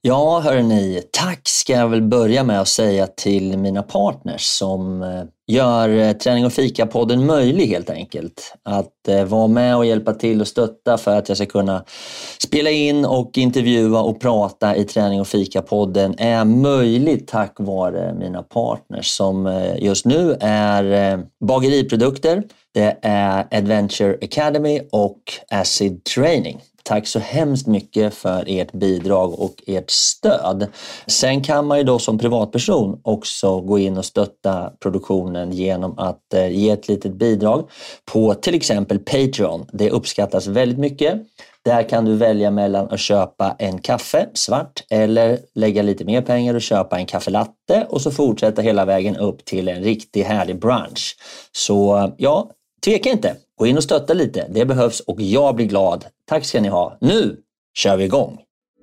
Ja, hörni, tack ska jag väl börja med att säga till mina partners som gör Träning och Fika-podden möjlig helt enkelt. Att vara med och hjälpa till och stötta för att jag ska kunna spela in och intervjua och prata i Träning och Fika-podden är möjligt tack vare mina partners som just nu är bageriprodukter, det är Adventure Academy och Acid Training. Tack så hemskt mycket för ert bidrag och ert stöd. Sen kan man ju då som privatperson också gå in och stötta produktionen genom att ge ett litet bidrag på till exempel Patreon. Det uppskattas väldigt mycket. Där kan du välja mellan att köpa en kaffe svart eller lägga lite mer pengar och köpa en kaffelatte och så fortsätta hela vägen upp till en riktigt härlig brunch. Så ja, tveka inte. Gå in och stötta lite. Det behövs och jag blir glad. Tack ska ni ha. Nu kör vi igång.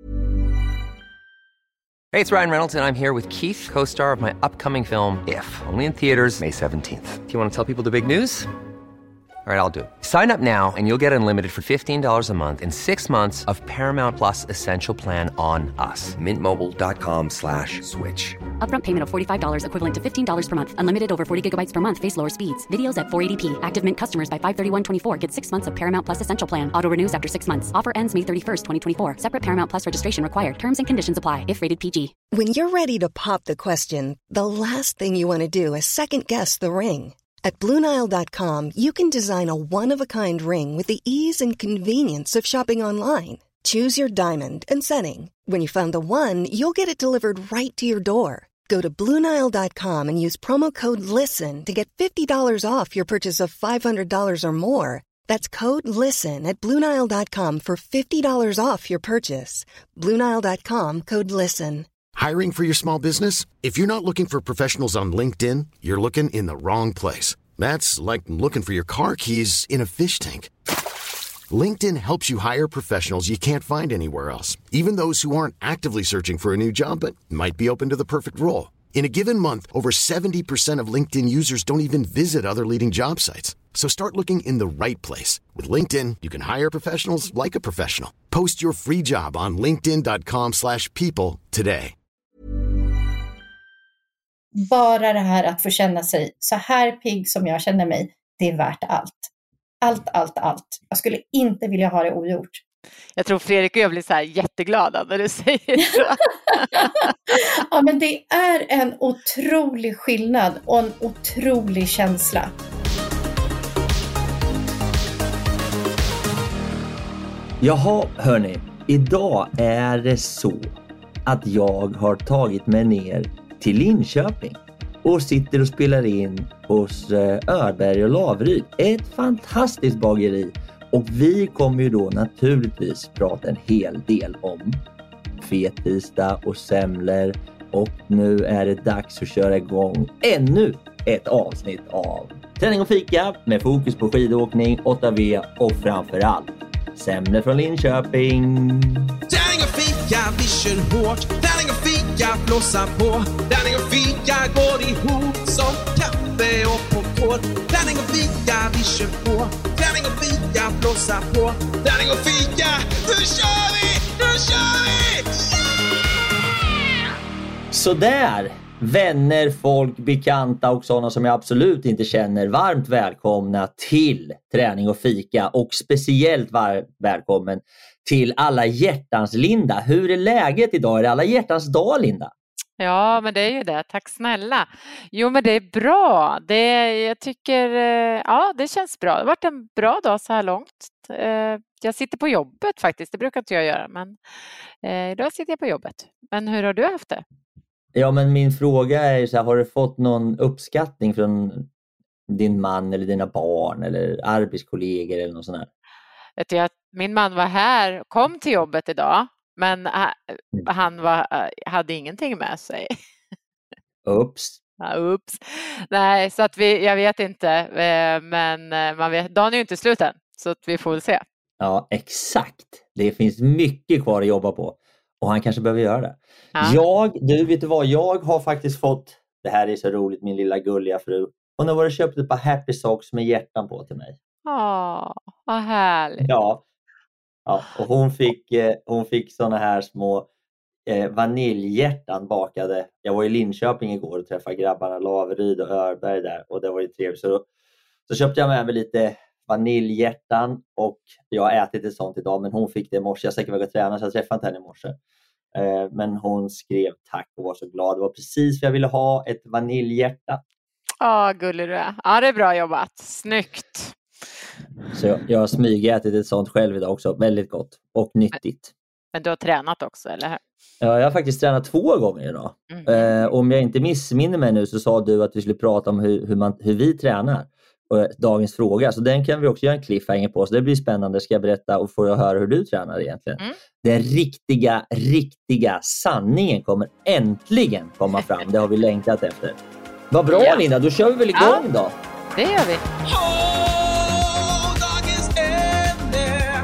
Hey, it's Ryan Reynolds and I'm here with Keith, co-star of my upcoming film If, only in theaters May 17th. Do you want to tell people the big news? All right, I'll do it. Sign up now and you'll get unlimited for $15 a month and 6 months of Paramount Plus Essential Plan on us. MintMobile.com/switch. Upfront payment of $45 equivalent to $15 per month. Unlimited over 40 gigabytes per month. Face lower speeds. Videos at 480p. Active Mint customers by 531.24 get 6 months of Paramount Plus Essential Plan. Auto renews after 6 months. Offer ends May 31st, 2024. Separate Paramount Plus registration required. Terms and conditions apply if rated PG. When you're ready to pop the question, the last thing you want to do is second-guess the ring. At BlueNile.com, you can design a one-of-a-kind ring with the ease and convenience of shopping online. Choose your diamond and setting. When you find the one, you'll get it delivered right to your door. Go to BlueNile.com and use promo code LISTEN to get $50 off your purchase of $500 or more. That's code LISTEN at BlueNile.com for $50 off your purchase. BlueNile.com, code LISTEN. Hiring for your small business? If you're not looking for professionals on LinkedIn, you're looking in the wrong place. That's like looking for your car keys in a fish tank. LinkedIn helps you hire professionals you can't find anywhere else, even those who aren't actively searching for a new job but might be open to the perfect role. In a given month, over 70% of LinkedIn users don't even visit other leading job sites. So start looking in the right place. With LinkedIn, you can hire professionals like a professional. Post your free job on linkedin.com/people today. Bara det här att få känna sig så här pigg som jag känner mig, det är värt allt. Allt. Jag skulle inte vilja ha det ogjort. Jag tror Fredrik och jag blir så här jätteglada när du säger så. Ja, men det är en otrolig skillnad och en otrolig känsla. Jaha, hörni. Idag är det så att jag har tagit mig ner till Linköping och sitter och spelar in hos Örberg och Lavryd. Ett fantastiskt bageri. Och vi kommer ju då naturligtvis prata en hel del om fettisdag och semlor. Och nu är det dags att köra igång ännu ett avsnitt av Träning och Fika med fokus på skidåkning, 8V och framförallt semlor från Linköping. Träning och fika, vi kör hårt. Träning och fika, blåsa på. Träning och fika går ihop som kaffe och popcorn. Träning och fika, vi kör på. Träning och fika, blåsa på. Träning och fika, nu kör vi! Yeah! Sådär, vänner, folk, bekanta och sådana som jag absolut inte känner, varmt välkomna till Träning och Fika och speciellt välkommen till alla hjärtans Linda. Hur är läget idag? Är det alla hjärtans dag, Linda? Ja, men det är ju det. Tack snälla. Jo, men det är bra. Jag tycker, ja, det känns bra. Det har varit en bra dag så här långt. Jag sitter på jobbet faktiskt. Det brukar inte jag göra, men idag sitter jag på jobbet. Men hur har du haft det? Ja, men min fråga är så här, har du fått någon uppskattning från din man eller dina barn eller arbetskollegor eller något sånt här? Vet jag att min man var här, kom till jobbet idag, men han hade ingenting med sig. Ups. Ja, ups. Nej, så att jag vet inte, men dagen är ju inte slut än, så att vi får väl se. Ja, exakt. Det finns mycket kvar att jobba på. Och han kanske behöver göra det. Ja. Vet du vad? Jag har faktiskt fått, det här är så roligt, min lilla gulliga fru. Hon har varit och köpt ett par Happy Socks med hjärtan på till mig. Åh, vad härligt. Ja, och hon fick såna här små vaniljhjärtan bakade. Jag var i Linköping igår och träffade grabbarna Laveryd och Örberg där. Och det var ju trevligt. Så köpte jag med mig lite vaniljhjärtan. Och jag har ätit ett sånt idag. Men hon fick det i morse. Jag är säkert väg att träna så jag träffade inte henne i morse. Men hon skrev tack och var så glad. Det var precis vad jag ville ha. Ett vaniljhjärta. Ja, gullig du är. Ja, det är bra jobbat. Snyggt. Så jag har smygätit ett sånt själv idag också. Väldigt gott och nyttigt. Men du har tränat också, eller hur? Ja, jag har faktiskt tränat 2 gånger idag. Om jag inte missminner mig nu så sa du att vi skulle prata om hur vi tränar. Dagens fråga. Så den kan vi också göra en cliffhanger på. Så det blir spännande. Ska jag berätta och får jag höra hur du tränar egentligen. Den riktiga sanningen kommer äntligen komma fram. Det har vi längtat efter. Vad bra Linda, då kör vi väl igång då. Det gör vi. Dagens ämne.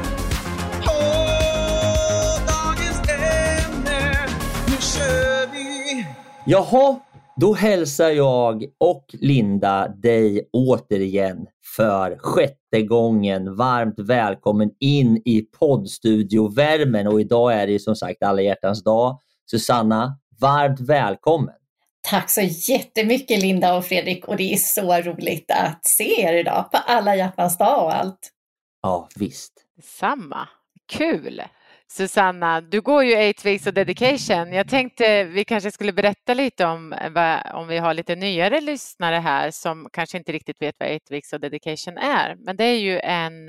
Dagens ämne. Nu kör vi. Jaha, då hälsar jag och Linda dig återigen för 6:e gången. Varmt välkommen in i poddstudiovärmen. Och idag är det som sagt alla hjärtans dag. Susanna, varmt välkommen. Tack så jättemycket Linda och Fredrik, och det är så roligt att se er idag på alla hjärtans dag och allt. Ja, visst. Samma. Kul. Susanna, du går ju 8 Weeks of Dedication. Jag tänkte vi kanske skulle berätta lite om vi har lite nyare lyssnare här som kanske inte riktigt vet vad 8 Weeks of Dedication är. Men det är ju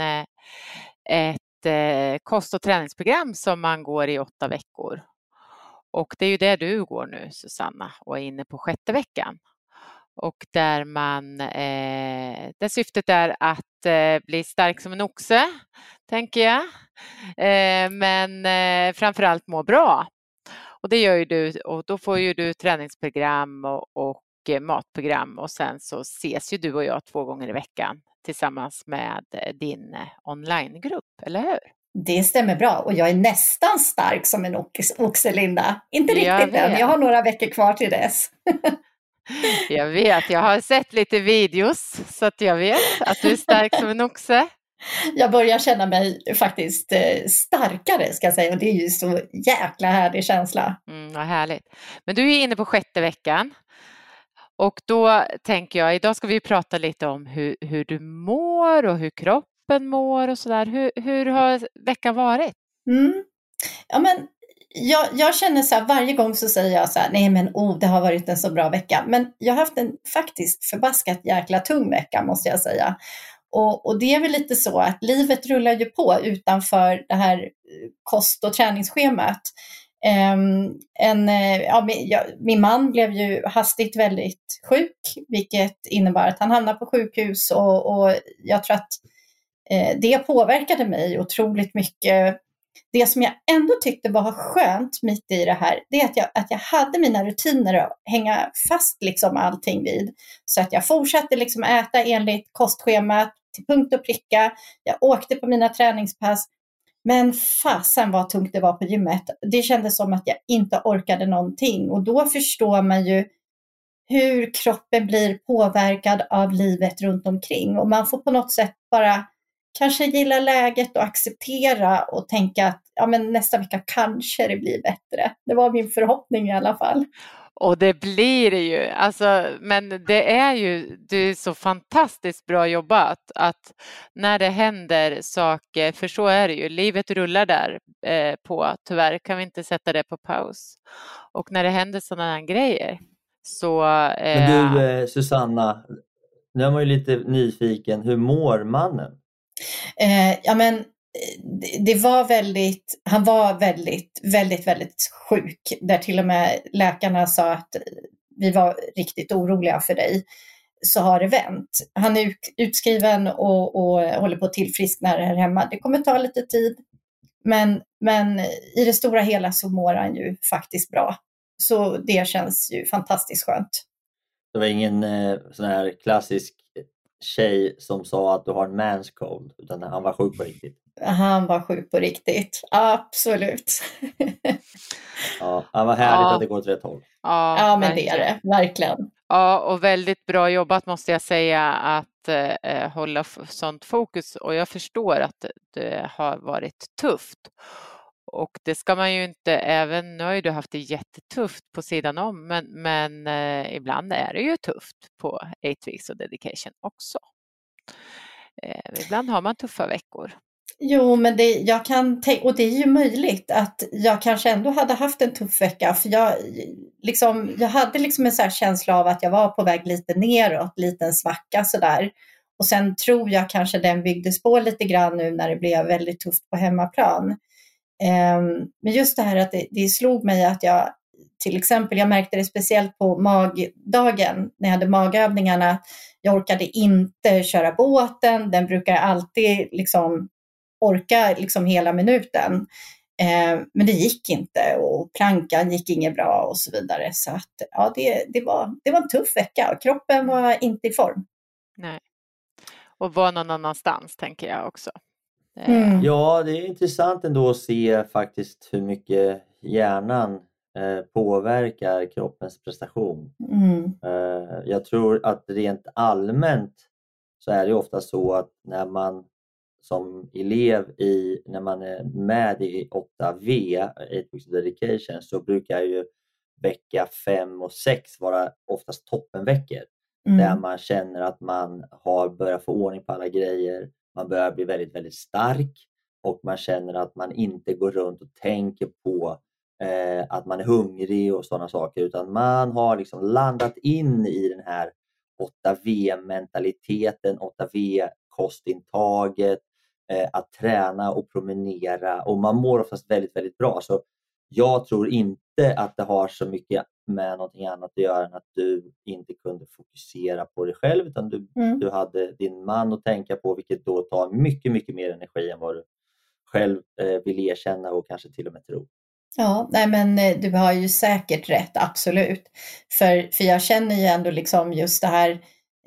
ett kost- och träningsprogram som man går i 8 veckor. Och det är ju det du går nu, Susanna, och är inne på 6:e veckan. Och där syftet är att bli stark som en oxe, tänker jag. Men framförallt må bra. Och det gör ju du, och då får ju du träningsprogram och matprogram. Och sen så ses ju du och jag 2 gånger i veckan tillsammans med din onlinegrupp, eller hur? Det stämmer bra, och jag är nästan stark som en oxe, Linda. Inte riktigt än, jag har några veckor kvar till dess. Jag vet, jag har sett lite videos så att jag vet att du är stark som en oxe. Jag börjar känna mig faktiskt starkare, ska jag säga, och det är ju så jäkla härlig känsla. Vad härligt. Men du är inne på 6:e veckan. Och då tänker jag, idag ska vi prata lite om hur du mår och hur kroppen mår och sådär. Hur har veckan varit? Ja, men jag känner så här, varje gång så säger jag så här, nej men det har varit en så bra vecka. Men jag har haft en faktiskt förbaskat jäkla tung vecka, måste jag säga. Och det är väl lite så att livet rullar ju på utanför det här kost- och träningsschemat. Min man blev ju hastigt väldigt sjuk, vilket innebar att han hamnade på sjukhus, och jag tror att det påverkade mig otroligt mycket. Det som jag ändå tyckte var skönt mitt i det här, det är att jag hade mina rutiner att hänga fast liksom allting vid. Så att jag fortsatte liksom äta enligt kostschemat till punkt och pricka. Jag åkte på mina träningspass. Men fasen vad tungt det var på gymmet. Det kändes som att jag inte orkade någonting. Och då förstår man ju hur kroppen blir påverkad av livet runt omkring. Och man får på något sätt bara kanske gilla läget och acceptera och tänka att men nästa vecka kanske det blir bättre. Det var min förhoppning i alla fall. Och det blir det ju. Men det är så fantastiskt bra jobbat att när det händer saker, för så är det ju, livet rullar där på, tyvärr kan vi inte sätta det på paus. Och när det händer sådana här grejer så... Men du Susanna, nu är man ju lite nyfiken, hur mår mannen? Han var väldigt, väldigt, väldigt sjuk. Där till och med läkarna sa att vi var riktigt oroliga för dig. Så har det vänt. Han är utskriven och håller på att tillfriskna här hemma. Det kommer ta lite tid. Men i det stora hela så mår han ju faktiskt bra. Så det känns ju fantastiskt skönt. Det var ingen sån här klassisk tjej som sa att du har en man's cold, utan han var sjuk på riktigt. Han var sjuk på riktigt, absolut. Ja, han var härligt att det går åt rätt håll. Ja, men det är det, verkligen. Ja, och väldigt bra jobbat måste jag säga att hålla sånt fokus, och jag förstår att det har varit tufft. Och det ska man ju inte, även nu har ju du haft det jättetufft på sidan om, men ibland är det ju tufft på 8 weeks och dedication också. Ibland har man tuffa veckor. Jo, men och det är ju möjligt att jag kanske ändå hade haft en tuff vecka, för jag hade liksom en så här känsla av att jag var på väg lite neråt, liten svacka sådär. Och sen tror jag kanske den byggdes på lite grann nu när det blev väldigt tufft på hemmaplan. Men just det här att det slog mig att jag, till exempel, jag märkte det speciellt på magdagen när jag hade magövningarna. Jag orkade inte köra båten, den brukar alltid liksom orka liksom hela minuten. Men det gick inte och plankan gick inget bra och så vidare. Så att, ja, det var en tuff vecka och kroppen var inte i form. Nej. Och var någon annanstans, tänker jag också. Ja, det är intressant ändå att se faktiskt hur mycket hjärnan påverkar kroppens prestation. Jag tror att rent allmänt så är det ofta så att när man som elev när man är med i 8V, 8 Weeks of Dedication, så brukar ju vecka 5 och 6 vara oftast toppenveckor. Där man känner att man har börjat få ordning på alla grejer. Man börjar bli väldigt, väldigt stark. Och man känner att man inte går runt och tänker på att man är hungrig och sådana saker. Utan man har liksom landat in i den här 8V-mentaliteten, 8V-kostintaget. Att träna och promenera. Och man mår oftast väldigt, väldigt bra. Så jag tror inte att det har så mycket med någonting annat att göra än att du inte kunde fokusera på dig själv, utan du hade din man att tänka på, vilket då tar mycket, mycket mer energi än vad du själv vill erkänna och kanske till och med tro. Ja, nej, men du har ju säkert rätt, absolut. För jag känner ju ändå liksom just det här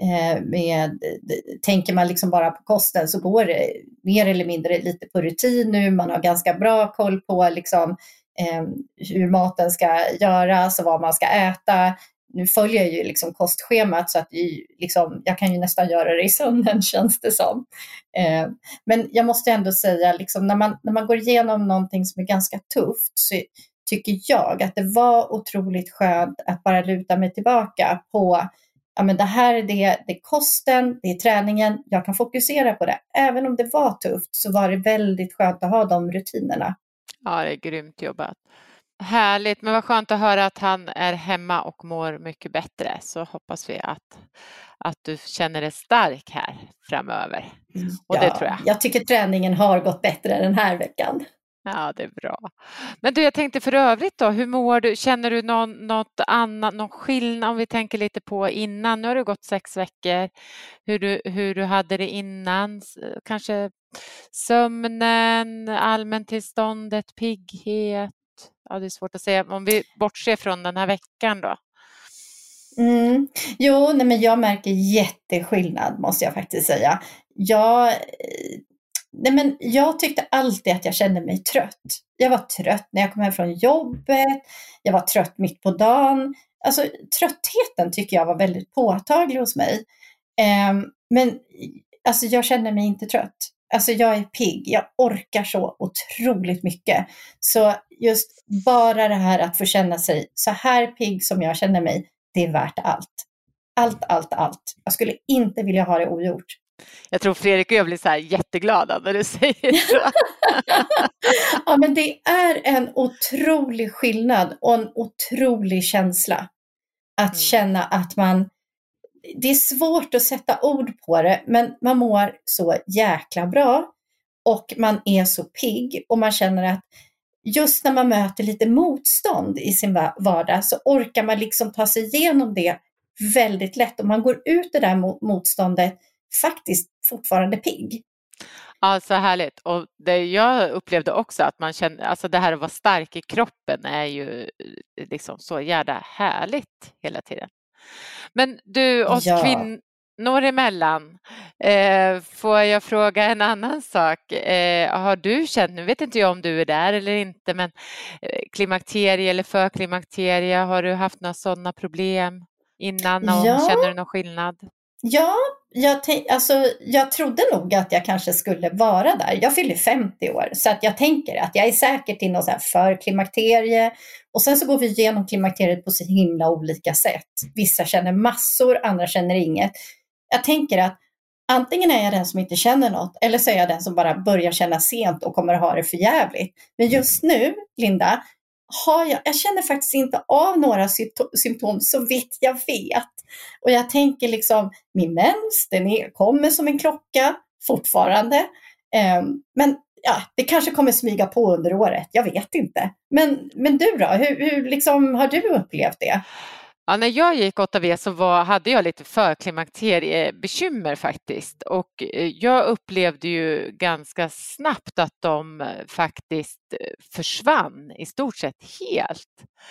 tänker man liksom bara på kosten, så går det mer eller mindre lite på rutin nu. Man har ganska bra koll på liksom hur maten ska göras och vad man ska äta. Nu följer jag ju liksom kostschemat, så att jag kan ju nästan göra det i sömnen, känns det som. Men jag måste ändå säga, liksom, när man går igenom någonting som är ganska tufft, så tycker jag att det var otroligt skönt att bara luta mig tillbaka på, ja, men det här är det är kosten, det är träningen, jag kan fokusera på det. Även om det var tufft så var det väldigt skönt att ha de rutinerna. Ja, det är grymt jobbat. Härligt, men vad skönt att höra att han är hemma och mår mycket bättre. Så hoppas vi att du känner dig stark här framöver. Och det tror jag. Jag tycker träningen har gått bättre den här veckan. Ja, det är bra. Men du, jag tänkte för övrigt då, hur mår du? Känner du något annat, någon skillnad om vi tänker lite på innan? Nu har det gått 6 veckor. Hur du hade det innan? Kanske sömnen, allmäntillståndet, pigghet? Ja, det är svårt att säga. Om vi bortser från den här veckan då. Jo, men jag märker jätteskillnad, måste jag faktiskt säga. Jag tyckte alltid att jag kände mig trött. Jag var trött när jag kom hem från jobbet. Jag var trött mitt på dagen. Alltså, tröttheten tycker jag var väldigt påtaglig hos mig. Men alltså, jag känner mig inte trött. Alltså, jag är pigg. Jag orkar så otroligt mycket. Så just bara det här att få känna sig så här pigg som jag känner mig, det är värt allt. Allt. Jag skulle inte vilja ha det ogjort. Jag tror Fredrik och jag blir så här jätteglada när du säger så. Ja, men det är en otrolig skillnad och en otrolig känsla. Att känna att det är svårt att sätta ord på det, men man mår så jäkla bra. Och man är så pigg och man känner att just när man möter lite motstånd i sin vardag så orkar man liksom ta sig igenom det väldigt lätt. Och man går ut det där motståndet faktiskt fortfarande pigg. Ja, så härligt. Och det jag upplevde också att man känner, alltså det här att vara stark i kroppen är ju liksom så jävla härligt hela tiden. Men du, oss kvinnor emellan, får jag fråga en annan sak? Har du känt, nu vet inte jag om du är där eller inte, men klimakterie eller förklimakterie, har du haft några sådana problem innan och känner du någon skillnad? Ja, jag trodde nog att jag kanske skulle vara där. Jag fyller 50 år, så att jag tänker att jag är säkert i något så här förklimakterie. Och sen så går vi igenom klimakteriet på så himla olika sätt. Vissa känner massor, andra känner inget. Jag tänker att antingen är jag den som inte känner något, eller så är jag den som bara börjar känna sent och kommer att ha det för jävligt. Men just nu, Linda, jag känner faktiskt inte av några symptom så vitt jag vet. Och jag tänker liksom, min mens, kommer som en klocka fortfarande. Men ja, det kanske kommer smyga på under året, jag vet inte. Men du då, hur liksom, har du upplevt det? Ja, när jag gick 8V så hade jag lite förklimakteriebekymmer faktiskt. Och jag upplevde ju ganska snabbt att de faktiskt försvann i stort sett helt.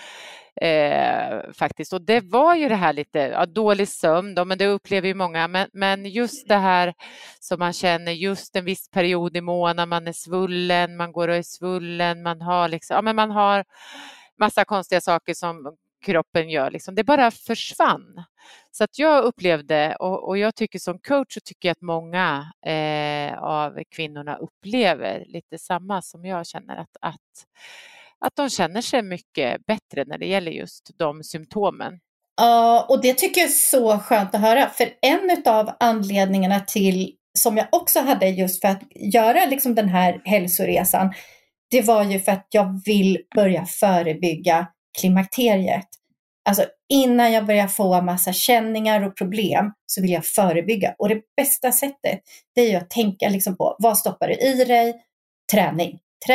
Faktiskt. Och det var ju det här lite dålig sömn då, men det upplever ju många. Men just det här som man känner just en viss period i månaden, man är svullen, man går och är svullen, man har liksom, man har massa konstiga saker som kroppen gör, liksom. Det bara försvann. Så att jag upplevde, och jag tycker som coach så tycker jag att många av kvinnorna upplever lite samma som jag känner, att de känner sig mycket bättre när det gäller just de symptomen. Ja, och det tycker jag är så skönt att höra. För en av anledningarna till, som jag också hade just för att göra liksom den här hälsoresan, det var ju för att jag vill börja förebygga klimakteriet. Alltså innan jag börjar få massa känningar och problem så vill jag förebygga. Och det bästa sättet, det är ju att tänka liksom på, vad stoppar du i dig? Träning.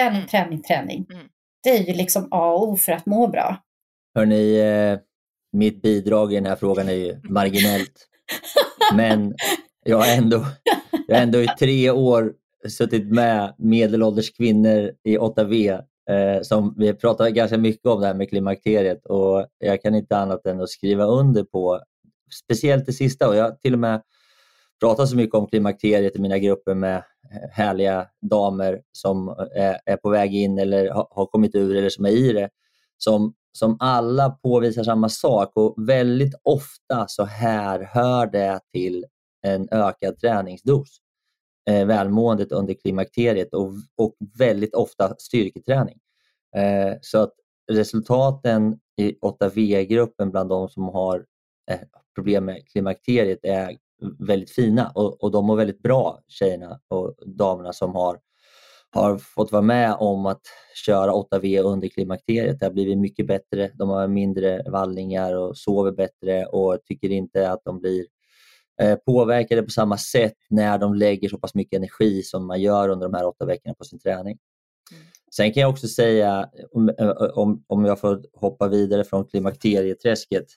Det är ju liksom A och O för att må bra. Hörrni, mitt bidrag i den här frågan är ju marginellt. Men jag har ändå i 3 år suttit med medelålders kvinnor i 8V som vi pratar ganska mycket om det här med klimakteriet, och jag kan inte annat än att skriva under på speciellt det sista. Och jag har till och med pratat så mycket om klimakteriet i mina grupper med härliga damer som är på väg in eller har kommit ur eller som är i det, som alla påvisar samma sak, och väldigt ofta så hör det till en ökad träningsdos. Välmåendet under klimakteriet och väldigt ofta styrketräning. Så att resultaten i 8V-gruppen bland de som har problem med klimakteriet är väldigt fina, och de är väldigt bra, tjejerna och damerna som har fått vara med om att köra 8V under klimakteriet. Det har blivit mycket bättre, de har mindre vallningar och sover bättre och tycker inte att de blir påverkade på samma sätt när de lägger så pass mycket energi som man gör under de här 8 veckorna på sin träning. Sen kan jag också säga, om jag får hoppa vidare från klimakterieträsket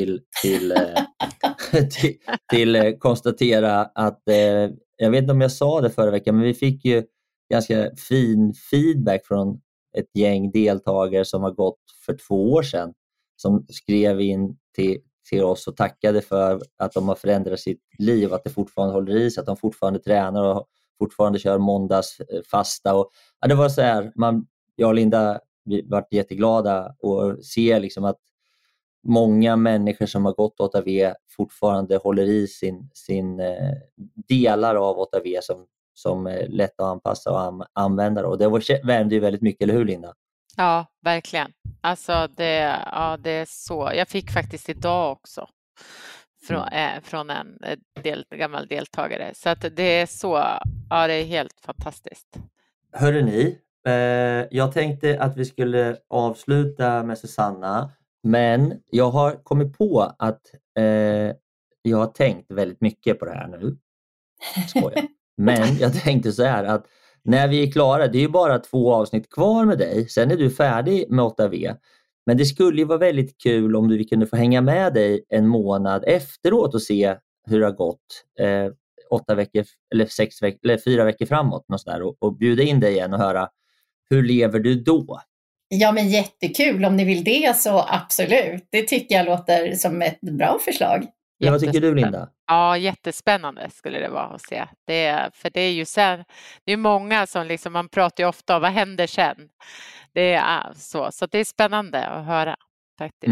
till konstatera att jag vet inte om jag sa det förra veckan, men vi fick ju ganska fin feedback från ett gäng deltagare som har gått för 2 år sedan, som skrev in till oss och tackade för att de har förändrat sitt liv, att det fortfarande håller i sig, att de fortfarande tränar och fortfarande kör måndagsfasta. Och det var så här, jag och Linda, vi varit jätteglada och ser liksom att många människor som har gått 8V fortfarande håller i sin delar av 8V som är lätt att anpassa och använda. Och det värmde ju väldigt mycket, eller hur, Linda? Ja, verkligen. Alltså det är så. Jag fick faktiskt idag också från en gammal deltagare. Så att det är så, ja, det är helt fantastiskt. Hörde ni, jag tänkte att vi skulle avsluta med Susanna, men jag har kommit på att jag har tänkt väldigt mycket på det här nu. Skojar. Men jag tänkte så här att när vi är klara, det är ju bara 2 avsnitt kvar med dig, sen är du färdig med 8V. Men det skulle ju vara väldigt kul om vi kunde få hänga med dig en månad efteråt och se hur det har gått 8 veckor eller 6 veckor eller 4 veckor framåt och bjuda in dig igen och höra, hur lever du då? Ja, men jättekul om ni vill det, så absolut. Det tycker jag låter som ett bra förslag. Ja, vad tycker du, Linda? Ja, jättespännande skulle det vara att se. För det är ju sen, det är många som liksom, man pratar ju ofta om vad händer sen. Det är så det är spännande att höra faktiskt.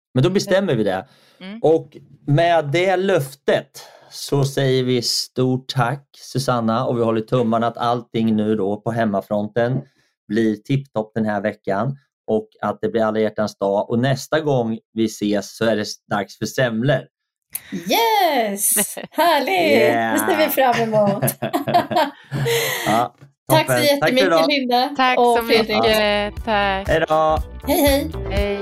Men då bestämmer vi det. Och med det löftet så säger vi stort tack Susanna, och vi håller tummarna att allting nu då på hemmafronten blir tipptopp den här veckan och att det blir alla hjärtans dag, och nästa gång vi ses så är det dags för semlor. Yes! Härligt! Yeah. Det ser vi fram emot. Ja, tack så jättemycket Linda. Tack och så Fredrik. mycket. Tack. Hej då! Hej. Hej.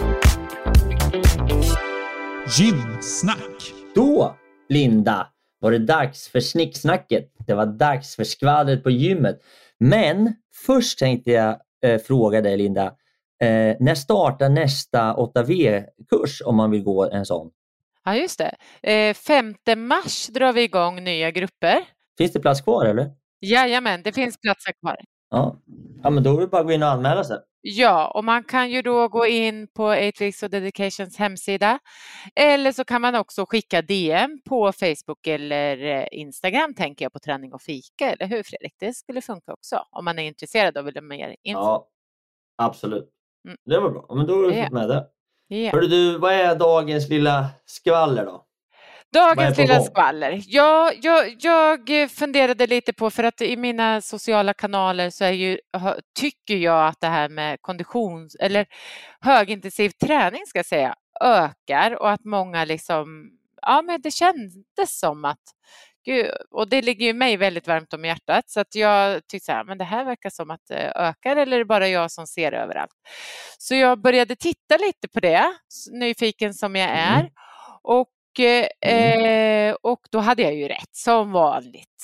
Gymsnack. Då, Linda, var det dags för snicksnacket. Det var dags för skvallret på gymmet. Men först tänkte jag fråga dig Linda, när startar nästa 8V-kurs om man vill gå en sån? Ja, just det. 5 mars drar vi igång nya grupper. Finns det plats kvar eller? Jajamän, det finns platser kvar. Ja, men då är det bara att gå in och anmäla sig. Ja, och man kan ju då gå in på 8 Weeks of Dedications hemsida. Eller så kan man också skicka DM på Facebook eller Instagram, tänker jag, på träning och fika. Eller hur Fredrik? Det skulle funka också om man är intresserad och vill ha mer info. Ja, absolut. Det var bra. Men då har du fått med det. Ja. Hörru du, vad är dagens lilla skvaller då? Dagens lilla skvaller. Ja, jag funderade lite på, för att i mina sociala kanaler så tycker jag att det här med eller högintensiv träning ska jag säga ökar, och att många liksom, men det kändes som att gud, och det ligger ju mig väldigt varmt om hjärtat, så att jag tyckte så här, men det här verkar som att det ökar, eller är det bara jag som ser det överallt? Så jag började titta lite på det, nyfiken som jag är, och då hade jag ju rätt som vanligt.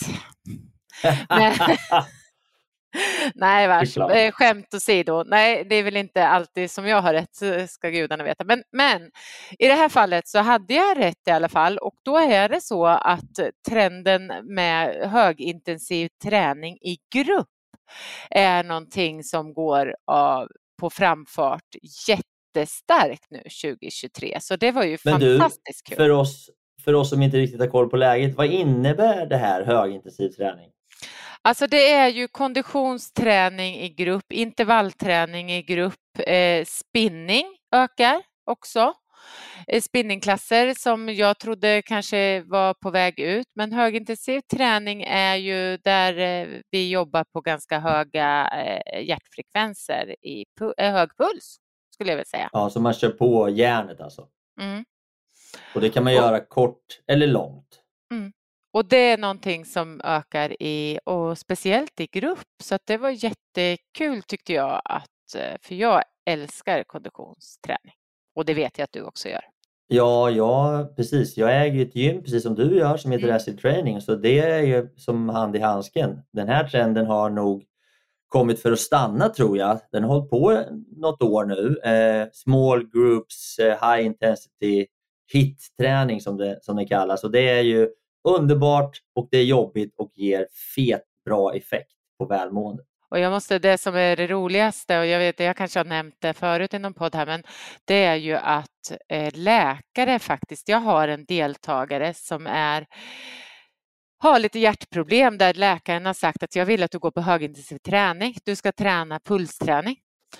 Nej, skämt åsido. Nej, det är väl inte alltid som jag har rätt, ska gudarna veta. Men i det här fallet så hade jag rätt i alla fall. Och då är det så att trenden med högintensiv träning i grupp är någonting som går på framfart jättestarkt nu 2023. Så det var ju fantastiskt kul. För oss som inte riktigt har koll på läget, vad innebär det här högintensiv träning? Alltså det är ju konditionsträning i grupp, intervallträning i grupp, spinning ökar också. Spinningklasser som jag trodde kanske var på väg ut, men högintensiv träning är ju där vi jobbar på ganska höga hjärtfrekvenser i hög puls, skulle jag vilja säga. Ja, så man kör på järnet alltså. Och det kan man göra kort eller långt. Och det är någonting som ökar och speciellt i grupp. Så att det var jättekul tyckte jag, för jag älskar konditionsträning. Och det vet jag att du också gör. Ja, precis. Jag äger ett gym, precis som du gör, som heter Acid Training. Så det är ju som hand i handsken. Den här trenden har nog kommit för att stanna, tror jag. Den har hållit på något år nu. Small groups, high intensity, hit-träning som det kallas. Och det är ju underbart och det är jobbigt och ger bra effekt på välmående. Och det som är det roligaste, och jag kanske har nämnt det förut i någon podd här, men det är ju att läkare faktiskt, jag har en deltagare som har lite hjärtproblem, där läkaren har sagt att jag vill att du går på högintensiv träning, du ska träna pulsträning.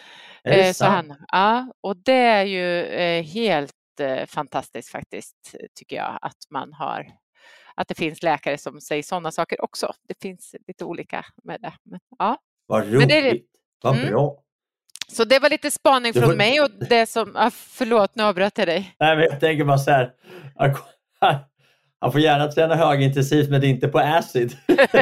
Och det är ju helt fantastiskt faktiskt, tycker jag, att det finns läkare som säger sådana saker också. Det finns lite olika med det. Men, ja. Vad roligt. Vad bra. Så det var lite spaning från mig. Och det som, förlåt, nu avbröt jag dig. Nej, men jag tänker bara så här. Han får gärna träna högintensivt, men det är inte på acid.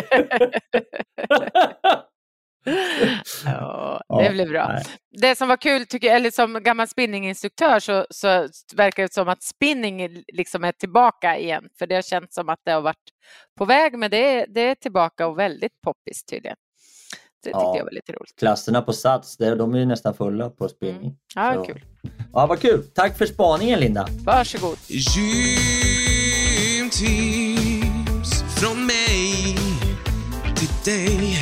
Ja, det blir bra. Nej. Det som var kul, tycker jag, eller som gammal spinninginstruktör, så verkar det som att spinning liksom är tillbaka igen. För det har känts som att det har varit på väg, men det är tillbaka och väldigt poppis tydligen. Det tyckte jag var lite roligt. Klasserna på Sats, de är ju nästan fulla på spinning. Ja, kul. Ja, vad kul. Tack för spaningen, Linda. Varsågod. Gymtips från mig till dig.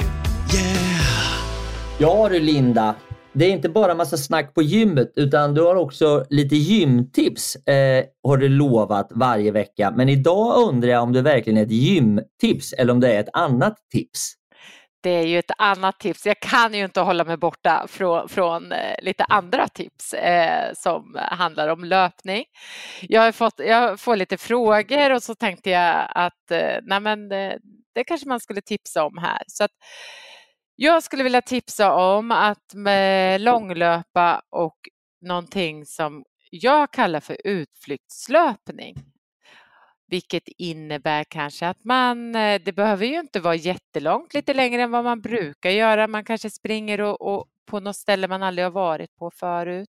Ja du Linda, det är inte bara massa snack på gymmet, utan du har också lite gymtips har du lovat varje vecka. Men idag undrar jag om det verkligen är ett gymtips eller om det är ett annat tips. Det är ju ett annat tips. Jag kan ju inte hålla mig borta från lite andra tips som handlar om löpning. Jag får lite frågor och så tänkte jag att det kanske man skulle tipsa om här. Så att jag skulle vilja tipsa om att med långlöpa och någonting som jag kallar för utflyktslöpning. Vilket innebär kanske att det behöver ju inte vara jättelångt, lite längre än vad man brukar göra. Man kanske springer och på något ställe man aldrig har varit på förut.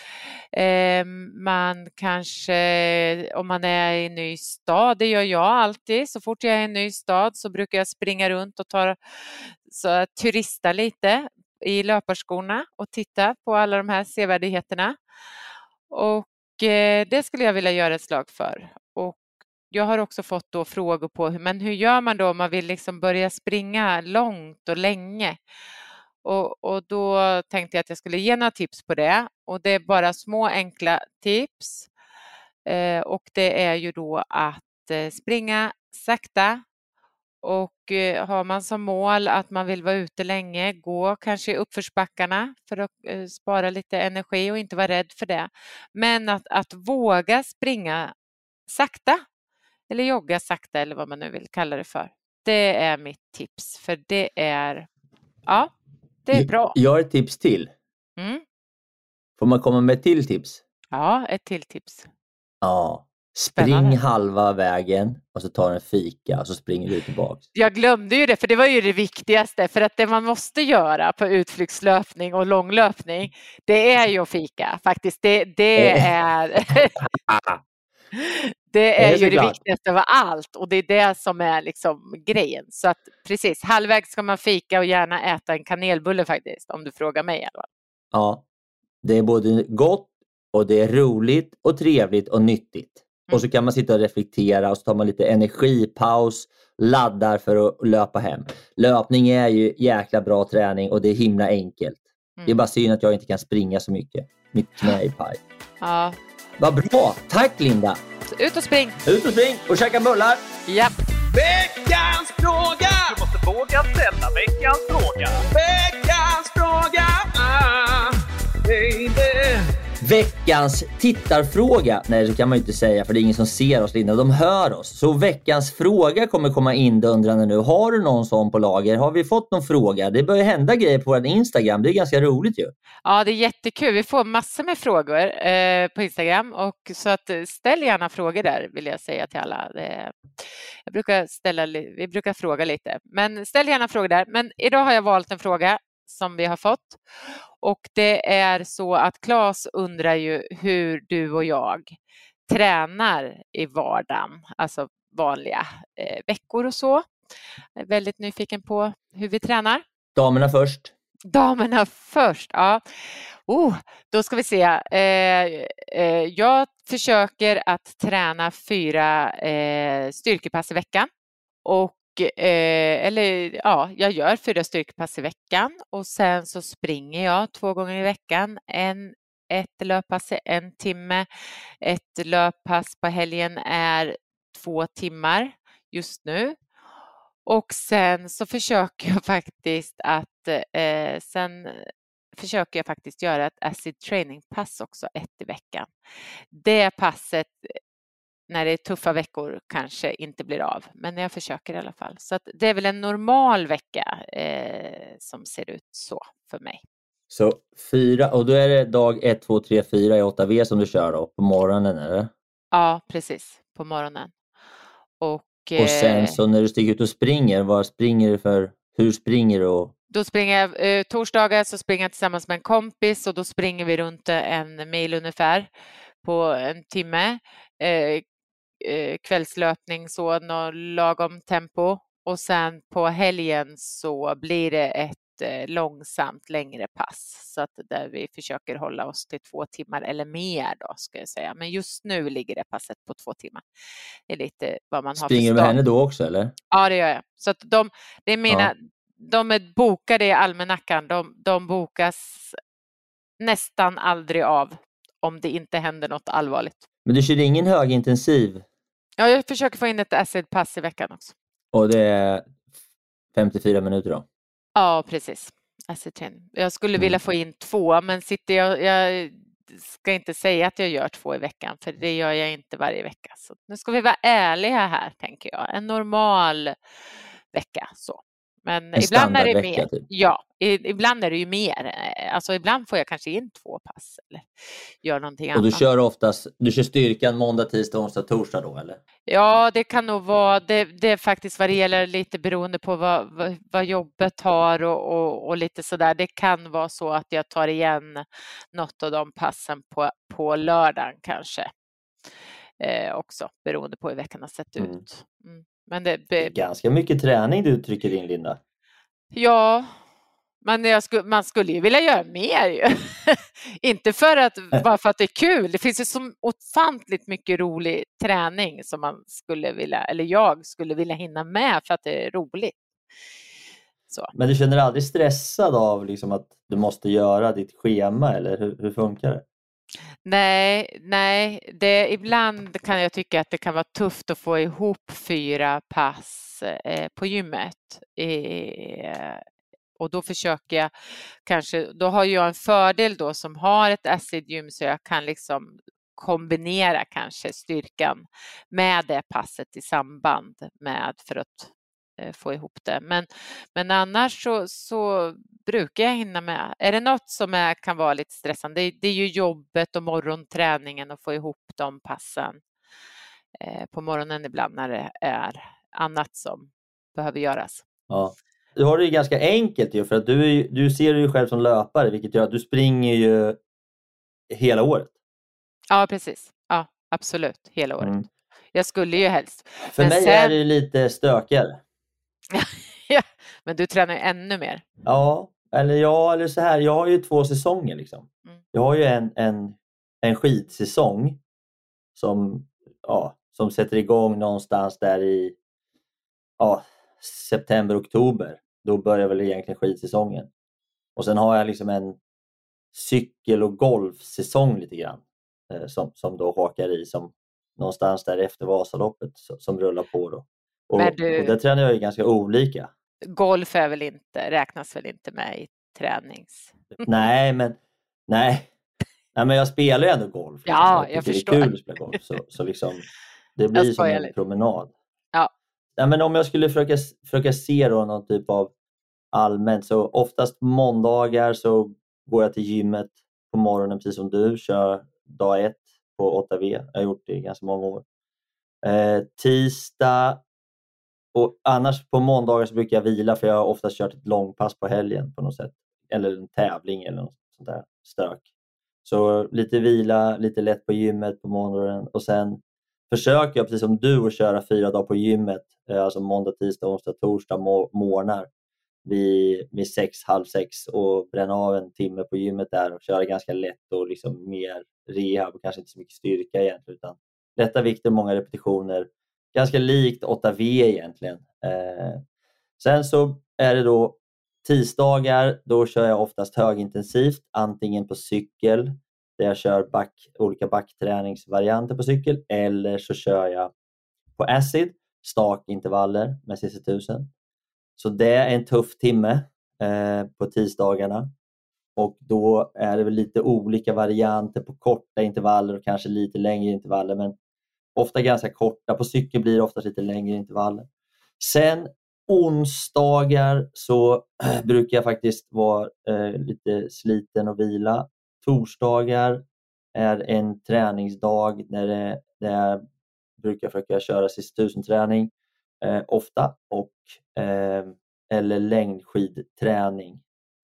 Man kanske, om man är i en ny stad, det gör jag alltid. Så fort jag är i en ny stad så brukar jag springa runt och turista lite i löparskorna och titta på alla de här sevärdheterna. Och det skulle jag vilja göra ett slag för. Och jag har också fått då frågor på hur gör man då om man vill liksom börja springa långt och länge. Och då tänkte jag att jag skulle ge några tips på det. Och det är bara små enkla tips. Och det är ju då att springa sakta. Och har man som mål att man vill vara ute länge, gå kanske i uppförsbackarna för att spara lite energi och inte vara rädd för det. Men att våga springa sakta eller jogga sakta eller vad man nu vill kalla det för. Det är mitt tips, för det är bra. Jag har ett tips till. Får man komma med ett till tips? Ja, ett till tips. Ja. Spring halva vägen och så tar en fika och så springer du tillbaka. Jag glömde ju det, för det var ju det viktigaste. För att det man måste göra på utflykslöpning och långlöpning, det är ju att fika. Faktiskt, det är... Det är ju det viktigaste av allt, och det är det som är liksom grejen. Så att precis, halvvägs ska man fika och gärna äta en kanelbulle faktiskt, om du frågar mig. Eller? Ja, det är både gott och det är roligt och trevligt och nyttigt. Och så kan man sitta och reflektera och så tar man lite energipaus, laddar för att löpa hem. Löpning är ju jäkla bra träning och det är himla enkelt. Det är bara synd att jag inte kan springa så mycket. Mitt knä är paj. Ja. Vad bra! Tack Linda! Ut och spring! Ut och spring och käka bullar! Ja. Veckans fråga! Du måste våga ställa veckans fråga. Veckans fråga! Baby. Veckans tittarfråga. Nej, så kan man ju inte säga, för det är ingen som ser oss, Linda. De hör oss. Så veckans fråga kommer komma in dundrande nu. Har du någon sån på lager? Har vi fått någon fråga? Det börjar hända grejer på vår Instagram. Det är ganska roligt ju. Ja, det är jättekul. Vi får massor med frågor på Instagram. Och så att ställ gärna frågor där, vill jag säga till alla. Vi brukar fråga lite. Men ställ gärna frågor där. Men idag har jag valt en fråga som vi har fått. Och det är så att Claes undrar ju hur du och jag tränar i vardagen, alltså vanliga veckor och så. Jag är väldigt nyfiken på hur vi tränar. Damerna först. Damerna först, ja. Då ska vi se. Jag försöker att träna 4 styrkepass i veckan. Och jag gör 4 styrkepass i veckan och sen så springer jag 2 gånger i veckan. Ett löppass är 1 timme. Ett löppass på helgen är 2 timmar just nu. Och sen så försöker jag faktiskt göra ett acid training pass också 1 i veckan. Det passet, när det är tuffa veckor, kanske inte blir av. Men jag försöker i alla fall. Så att det är väl en normal vecka som ser ut så för mig. Så 4, och då är det dag 1, 2, 3, 4 i 8V som du kör då på morgonen, eller? Ja, precis. På morgonen. Och sen så när du stiger ut och springer, vad springer du för? Hur springer du? Då springer jag, torsdagar så springer jag tillsammans med en kompis och då springer vi runt 1 mil ungefär på 1 timme. Kvällslöpning så lagom tempo, och sen på helgen så blir det ett långsamt längre pass, så att där vi försöker hålla oss till 2 timmar eller mer då, ska jag säga. Men just nu ligger det passet på 2 timmar. Det är lite vad man har. Springer du med henne då också, eller? Ja, det gör jag. Så att de är bokade i almanackan. De bokas nästan aldrig av om det inte händer något allvarligt. Men du kör ingen högintensiv? Ja, jag försöker få in ett acid-pass i veckan också. Och det är 54 minuter då? Ja, precis. Acid-träning. Jag skulle vilja få in 2, men jag ska inte säga att jag gör 2 i veckan, för det gör jag inte varje vecka. Så nu ska vi vara ärliga här, tänker jag. En normal vecka så. Men En ibland är det standardvecka, mer. typ. Ja, ibland är det ju mer. Alltså ibland får jag kanske in 2 pass eller gör någonting Och annat. du kör styrkan måndag, tisdag, onsdag, torsdag då, eller? Ja, det kan nog vara, det faktiskt varierar lite beroende på vad jobbet har och lite sådär. Det kan vara så att jag tar igen något av de passen på lördagen kanske. Också beroende på hur veckan har sett ut. Men det är ganska mycket träning du trycker in, Linda. Ja, men man skulle ju vilja göra mer ju. Inte bara för att det är kul. Det finns ju så ofantligt mycket rolig träning som jag skulle vilja hinna med för att det är roligt. Så. Men du känner aldrig stressad av liksom att du måste göra ditt schema, eller hur funkar det? Nej, ibland kan jag tycka att det kan vara tufft att få ihop 4 pass på gymmet. Och då försöker jag då har jag en fördel då som har ett acid-gym, så jag kan liksom kombinera kanske styrkan med det passet i samband med för att få ihop det. Men annars så brukar jag hinna med. Är det något som kan vara lite stressande, det är ju jobbet och morgonträningen och få ihop de passen på morgonen ibland när det är annat som behöver göras. Ja. Du har det ju ganska enkelt ju, för att du ser dig ju själv som löpare, vilket gör att du springer ju hela året. Ja, precis. Ja, absolut. Hela året. Jag skulle ju helst. För mig är det ju lite stökigare. Ja, men du tränar ju ännu mer. Ja, eller så här. Jag har ju 2 säsonger liksom. Jag har ju en skidsäsong som sätter igång någonstans där i september, oktober. Då börjar väl egentligen skidsäsongen. Och sen har jag liksom en cykel- och golfsäsong lite grann. Som då hakar i som någonstans där efter Vasaloppet som rullar på då. Och där tränar jag ju ganska olika. Golf räknas väl inte med i tränings... Nej, men jag spelar ju ändå golf. Liksom. Ja, jag förstår. Det är kul att spela golf. Så liksom, det blir som en promenad. Ja. Ja, men om jag skulle försöka se då någon typ av allmänt, så oftast måndagar så går jag till gymmet på morgonen, precis som du kör dag 1 på 8V. Jag har gjort det i ganska många år. Tisdag och annars på måndagar så brukar jag vila, för jag har oftast kört ett långpass på helgen på något sätt. Eller en tävling eller något sånt där stök. Så lite vila, lite lätt på gymmet på måndagen, och sen försöker jag precis som du att köra 4 dagar på gymmet. Alltså måndag, tisdag, onsdag, torsdag morgnar vid 6, halv 6 och bränna av en timme på gymmet där och köra ganska lätt och liksom mer rehab och kanske inte så mycket styrka egentligen, utan lätta vikter, många repetitioner. Ganska likt 8V egentligen. Sen så är det då tisdagar, då kör jag oftast högintensivt, antingen på cykel där jag kör olika backträningsvarianter på cykel, eller så kör jag på acid, stakintervaller med CC1000. Så det är en tuff timme på tisdagarna, och då är det väl lite olika varianter på korta intervaller och kanske lite längre intervaller, men ofta ganska korta. På cykel blir det ofta lite längre intervaller. Sen onsdagar så brukar jag faktiskt vara lite sliten och vila. Torsdagar är en träningsdag när jag brukar försöka köra CC1000-träning ofta, och eller längdskidträning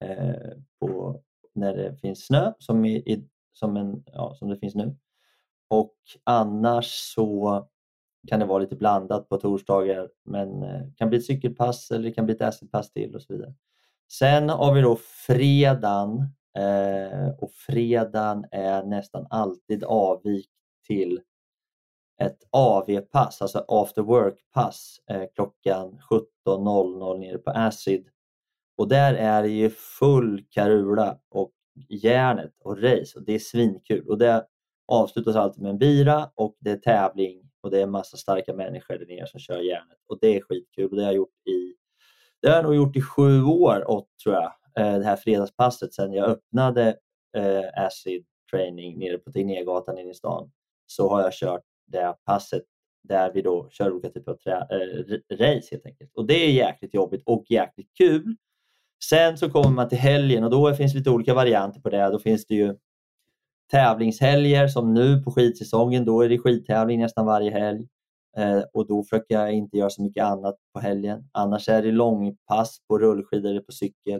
när det finns snö som det finns nu. Och annars så kan det vara lite blandat på torsdagar, men kan bli ett cykelpass eller det kan bli ett acidpass till och så vidare. Sen har vi då fredagen, och fredagen är nästan alltid avvikt till ett AV-pass, alltså after work-pass klockan 17.00 nere på acid. Och där är det ju full karula och järnet och race, och det är svinkul. Och det avslutas alltid med en bira, och det är tävling, och det är en massa starka människor där nere som kör järnet. Och det är skitkul, och det har jag gjort Det har jag nog gjort i 7 år, tror jag. Det här fredagspasset sen jag öppnade Acid Training nere på Tegnérgatan inne i stan. Så har jag kört det passet där vi då kör olika typer av race helt enkelt. Och det är jäkligt jobbigt och jäkligt kul. Sen så kommer man till helgen och då finns lite olika varianter på det. Då finns det ju tävlingshelger som nu på skidsäsongen. Då är det skidtävling nästan varje helg. Och då försöker jag inte göra så mycket annat på helgen. Annars är det långpass på rullskidor eller på cykel.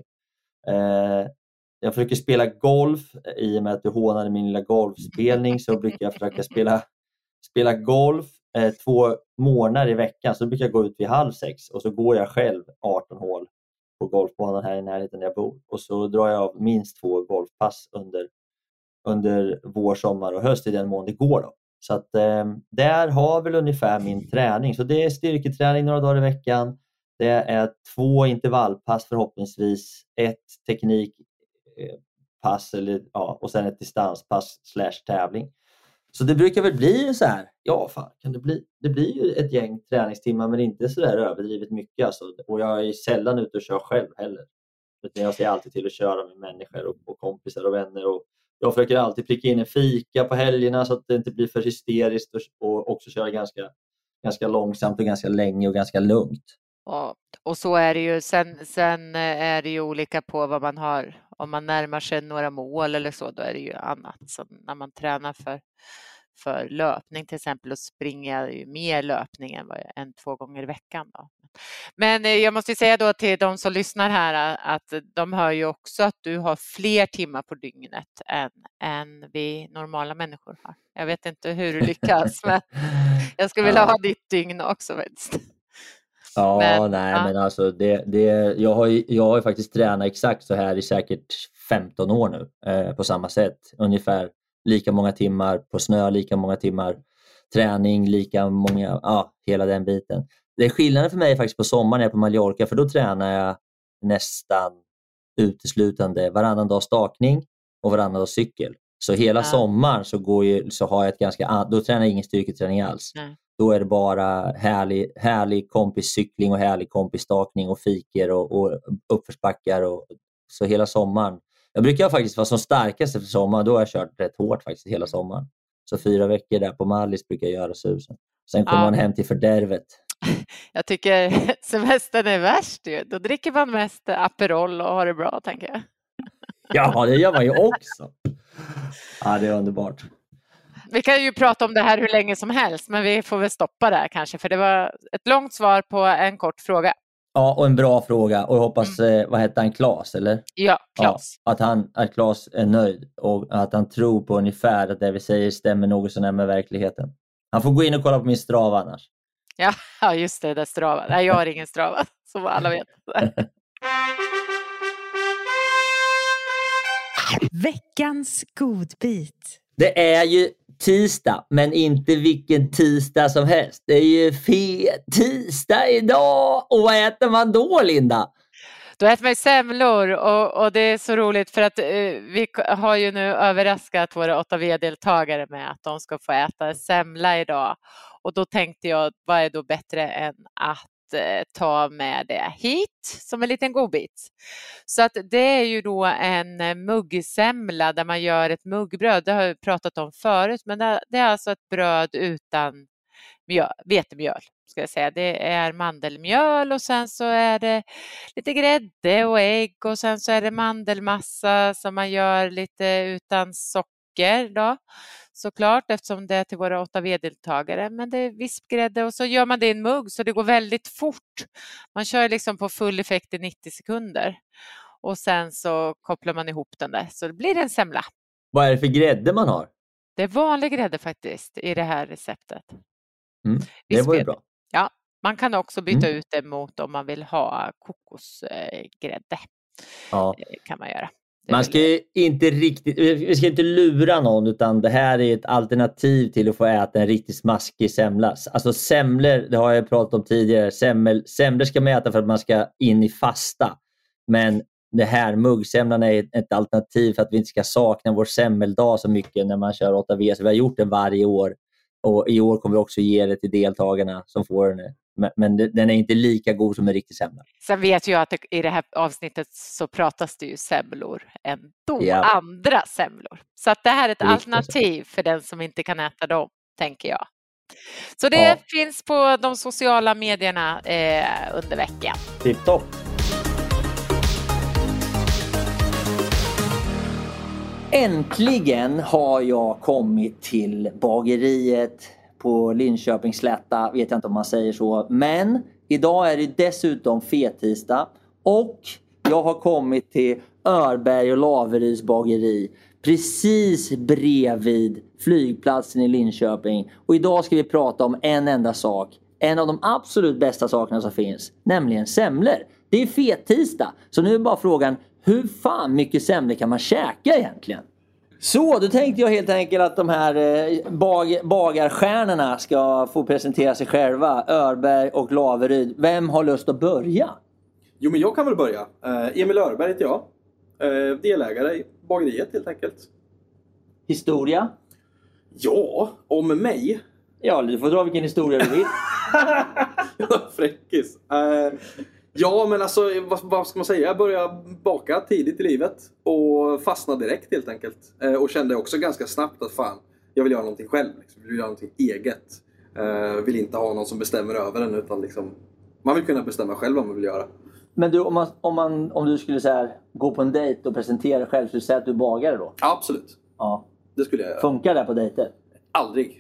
Jag försöker spela golf. I och med att du hånade min lilla golfspelning så brukar jag försöka spela golf 2 månader i veckan. Så brukar jag gå ut vid 5:30 och så går jag själv 18 hål på golfbanan här i närheten där jag bor. Och så drar jag av minst 2 golfpass under vår, sommar och höst i den mån det går då. Så att där har väl ungefär min träning. Så det är styrketräning några dagar i veckan. Det är 2 intervallpass förhoppningsvis. 1 teknikpass och sen ett distanspass /tävling. Så det brukar väl bli så här. Ja, fan kan det bli? Det blir ju ett gäng träningstimmar men inte så där överdrivet mycket. Alltså. Och jag är sällan ute och kör själv heller. Utan jag ser alltid till att köra med människor och kompisar och vänner. Och jag försöker alltid pricka in en fika på helgerna så att det inte blir för hysteriskt. Och också köra ganska långsamt och ganska länge och ganska lugnt. Ja, och så är det ju. Sen är det ju olika på vad man har. Om man närmar sig några mål eller så, då är det ju annat. Så när man tränar för löpning till exempel, och springer jag ju mer löpning än 2 gånger i veckan då. Men jag måste säga då till de som lyssnar här att de hör ju också att du har fler timmar på dygnet än vi normala människor har. Jag vet inte hur du lyckas, men jag skulle vilja ha ditt dygn också faktiskt. Ja, men alltså jag har ju faktiskt tränat exakt så här i säkert 15 år nu på samma sätt. Ungefär lika många timmar på snö, lika många timmar träning, lika många, hela den biten. Det är skillnaden för mig faktiskt på sommaren när jag är på Mallorca, för då tränar jag nästan uteslutande varannan dag stakning och varannan dag cykel. Så hela sommaren så har jag då tränar jag ingen styrketräning alls. Nej. Då är det bara härlig kompiscykling och härlig kompisstakning och fiker och uppförsbackar. Så hela sommaren. Jag brukar faktiskt vara som starkast efter sommaren. Då har jag kört rätt hårt faktiskt hela sommaren. Så 4 veckor där på Mallis brukar jag göra susen. Sen kommer man hem till fördärvet. Jag tycker semestern är värst ju. Då dricker man mest Aperol och har det bra, tänker jag. Ja, det gör man ju också. Ja, det är underbart. Vi kan ju prata om det här hur länge som helst, men vi får väl stoppa där kanske, för det var ett långt svar på en kort fråga. Ja, och en bra fråga. Och jag hoppas, vad heter han, Claes, eller? Ja, Claes. Ja, att Claes är nöjd och att han tror på ungefär att det vi säger stämmer något sånär med verkligheten. Han får gå in och kolla på min Strava annars. Ja, just det där Strava. Nej, jag har ingen Strava, som alla vet. Veckans godbit. Det är ju tisdag, men inte vilken tisdag som helst. Det är ju tisdag idag. Och vad äter man då, Linda? Då äter man semlor och det är så roligt för att vi har ju nu överraskat våra 8V-deltagare med att de ska få äta semla idag. Och då tänkte jag, vad är då bättre än att ta med det hit som en liten godbit. Så att det är ju då en muggsemla där man gör ett muggbröd. Det har jag pratat om förut, men det är alltså ett bröd utan vetemjöl. Ska jag säga. Det är mandelmjöl och sen så är det lite grädde och ägg och sen så är det mandelmassa som man gör lite utan socker då. Såklart, eftersom det är till våra 8V-deltagare, men det är vispgrädde och så gör man det i en mugg så det går väldigt fort. Man kör liksom på full effekt i 90 sekunder och sen så kopplar man ihop den där så det blir en semla. Vad är det för grädde man har? Det är vanlig grädde faktiskt i det här receptet. Det var ju bra. Ja, man kan också byta ut det mot om man vill ha kokosgrädde. Ja. Kan man göra. Man ska ju inte riktigt, vi ska inte lura någon, utan det här är ett alternativ till att få äta en riktigt smaskig semla. Alltså semlor, det har jag pratat om tidigare, semlor ska man äta för att man ska in i fasta. Men det här muggsemlan är ett alternativ för att vi inte ska sakna vår semmeldag så mycket när man kör 8V. Så vi har gjort det varje år. Och i år kommer vi också ge det till deltagarna som får Men den är inte lika god som en riktig semla. Sen vet jag att i det här avsnittet så pratas det ju semlor ändå. Ja. Andra semlor. Så att det här är ett Riktigt. alternativ för den som inte kan äta dem, tänker jag. Så det finns på de sociala medierna under veckan. Tipptopp. Äntligen har jag kommit till bageriet på Linköpingsslätta, vet jag inte om man säger så. Men idag är det dessutom fettisdag och jag har kommit till Örberg och Laveryds bageri. Precis bredvid flygplatsen i Linköping. Och idag ska vi prata om en enda sak. En av de absolut bästa sakerna som finns. Nämligen semlor. Det är fettisdag. Så nu är bara frågan, hur fan mycket semlor kan man käka egentligen? Så då tänkte jag helt enkelt att de här bagarstjärnorna ska få presentera sig själva. Örberg och Laveryd. Vem har lust att börja? Jo, men jag kan väl börja. Emil Örberg heter jag. Delägare i bageriet helt enkelt. Historia? Ja, om mig. Ja, du får dra vilken historia du vill. Fräckis. Ja, men alltså, vad ska man säga? Jag började baka tidigt i livet och fastnade direkt helt enkelt. Och kände också ganska snabbt att fan, jag vill göra någonting själv. Liksom. Jag vill göra någonting eget. Vill inte ha någon som bestämmer över en, utan liksom, man vill kunna bestämma själv vad man vill göra. Men du, om du skulle så här, gå på en dejt och presentera dig själv, skulle du säga att du är bagare då? Ja, absolut. Ja. Det skulle jag göra. Funkar det på dejter? Aldrig.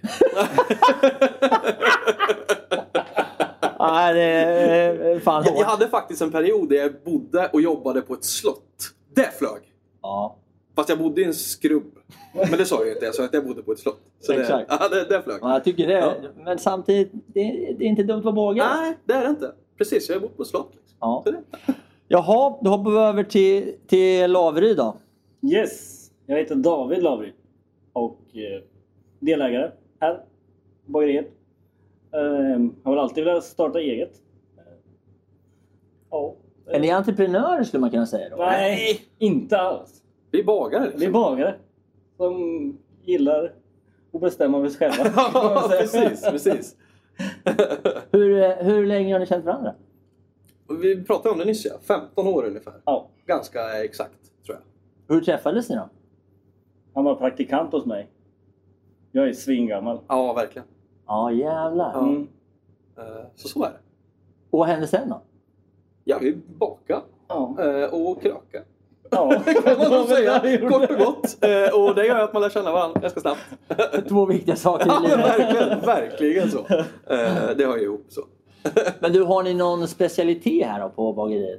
Nej, det är fan hårt. Jag hade faktiskt en period där jag bodde och jobbade på ett slott. Det flög. Ja. Fast jag bodde i en skrubb. Men det sa jag inte, jag sa att jag bodde på ett slott. Så exakt. Det flög. Ja, jag tycker det. Ja. Men samtidigt, det är inte dumt att vara bagare. Nej, det är det inte. Precis, jag har bott på ett slott. Liksom. Ja. Jaha, då hoppar vi över till Laveryd då. Yes, jag heter David Laveryd. Och delägare här på bageriet. Jag har alltid velat starta eget. Ja. Är ni entreprenörer skulle man kunna säga då? Nej, inte alls. Vi är bagare. Liksom. Vi är bagare. Som gillar att bestämma över sig själva. Ja, precis. Hur länge har ni känt varandra? Vi pratade om det nyss, 15 år ungefär. Ja. Ganska exakt, tror jag. Hur träffades ni då? Han var praktikant hos mig. Jag är svingammal. Ja, verkligen. Ja, jävlar. Mm. Så är det. Och vad hände sen då? Ja, vi bakade och kröka. Ja, kan man säga. Kort och gott. Och det gör att man lär känna varandra ganska snabbt. 2 viktiga saker i livet. Verkligen så. Det har ju ihop så. Men du, har ni någon specialitet här då på bageriet?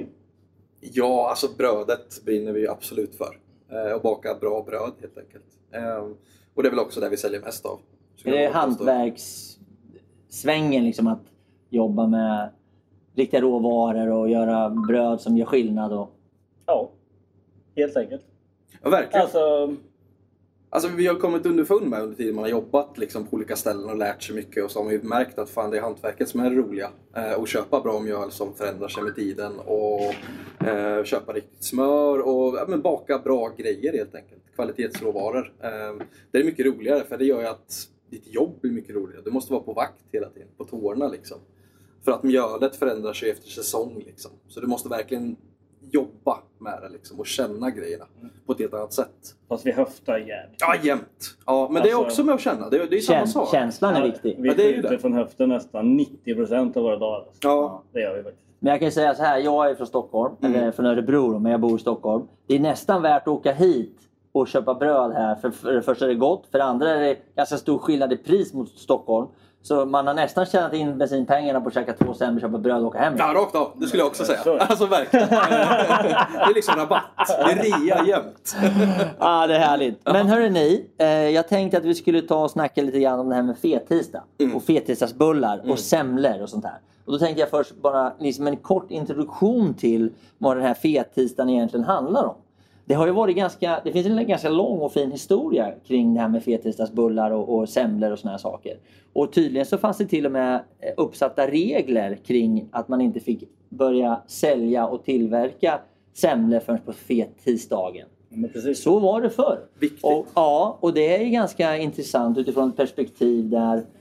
Ja, alltså brödet brinner vi absolut för. Och baka bra bröd helt enkelt. Och det är väl också det vi säljer mest av. Är det hantverkssvängen liksom, att jobba med riktiga råvaror och göra bröd som gör skillnad? Och... Ja, helt enkelt. Ja, verkligen. Alltså vi har kommit underfund med under tiden man har jobbat liksom, på olika ställen och lärt sig mycket. Och så har vi märkt att fan, det är hantverket som är det roliga. Och köpa bra mjöl som förändrar sig med tiden. Och köpa riktigt smör och baka bra grejer helt enkelt. Kvalitetsråvaror. Det är mycket roligare, för det gör ju att ditt jobb blir mycket roligare. Du måste vara på vakt hela tiden, på tårna liksom. För att mjölet förändrar sig efter säsong liksom. Så du måste verkligen jobba med det liksom, och känna grejerna på ett helt annat sätt. Fast vi höftar jämt. Ja, jämt. Ja, men det är också med att känna. Det är samma sak. Känslan är viktig. Vi skjuter från höften nästan 90% av våra dagar. Ja. Det gör vi faktiskt. Men jag kan säga så här, jag är från Stockholm, eller från Örebro, men jag bor i Stockholm. Det är nästan värt att åka hit och köpa bröd här. För det första är det gott, för det andra är det ganska stor skillnad i pris mot Stockholm. Så man har nästan tjänat in bensinpengarna på att käka 2 semlor, köpa bröd och åka hem. Ja, rakt av. Det skulle jag också säga. Alltså verkligen. Det är liksom rabatt. Det är rea jämt. Ja, det är härligt. Men hörru ni, jag tänkte att vi skulle ta och snacka lite grann om det här med fettisdag. Och fettisdagsbullar och semlor och sånt här. Och då tänkte jag först bara liksom en kort introduktion till vad den här fettisdagen egentligen handlar om. Det har ju varit det finns en ganska lång och fin historia kring det här med fettisdagsbullar och semlor och såna här saker. Och tydligen så fanns det till och med uppsatta regler kring att man inte fick börja sälja och tillverka semlor förrän på fettisdagen. Så var det förr. Viktigt. Och det är ganska intressant utifrån ett perspektiv där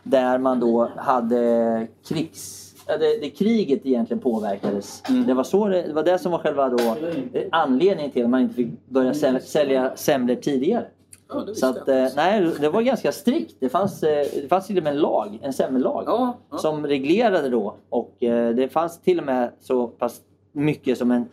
där man då hade kriget egentligen påverkades. Det var det som var själva då anledningen till att man inte fick börja sälja semlor tidigare. Ja, så att, nej, det var ganska strikt. Det fanns till och med en semmellag som reglerade då. Och det fanns till och med så pass mycket som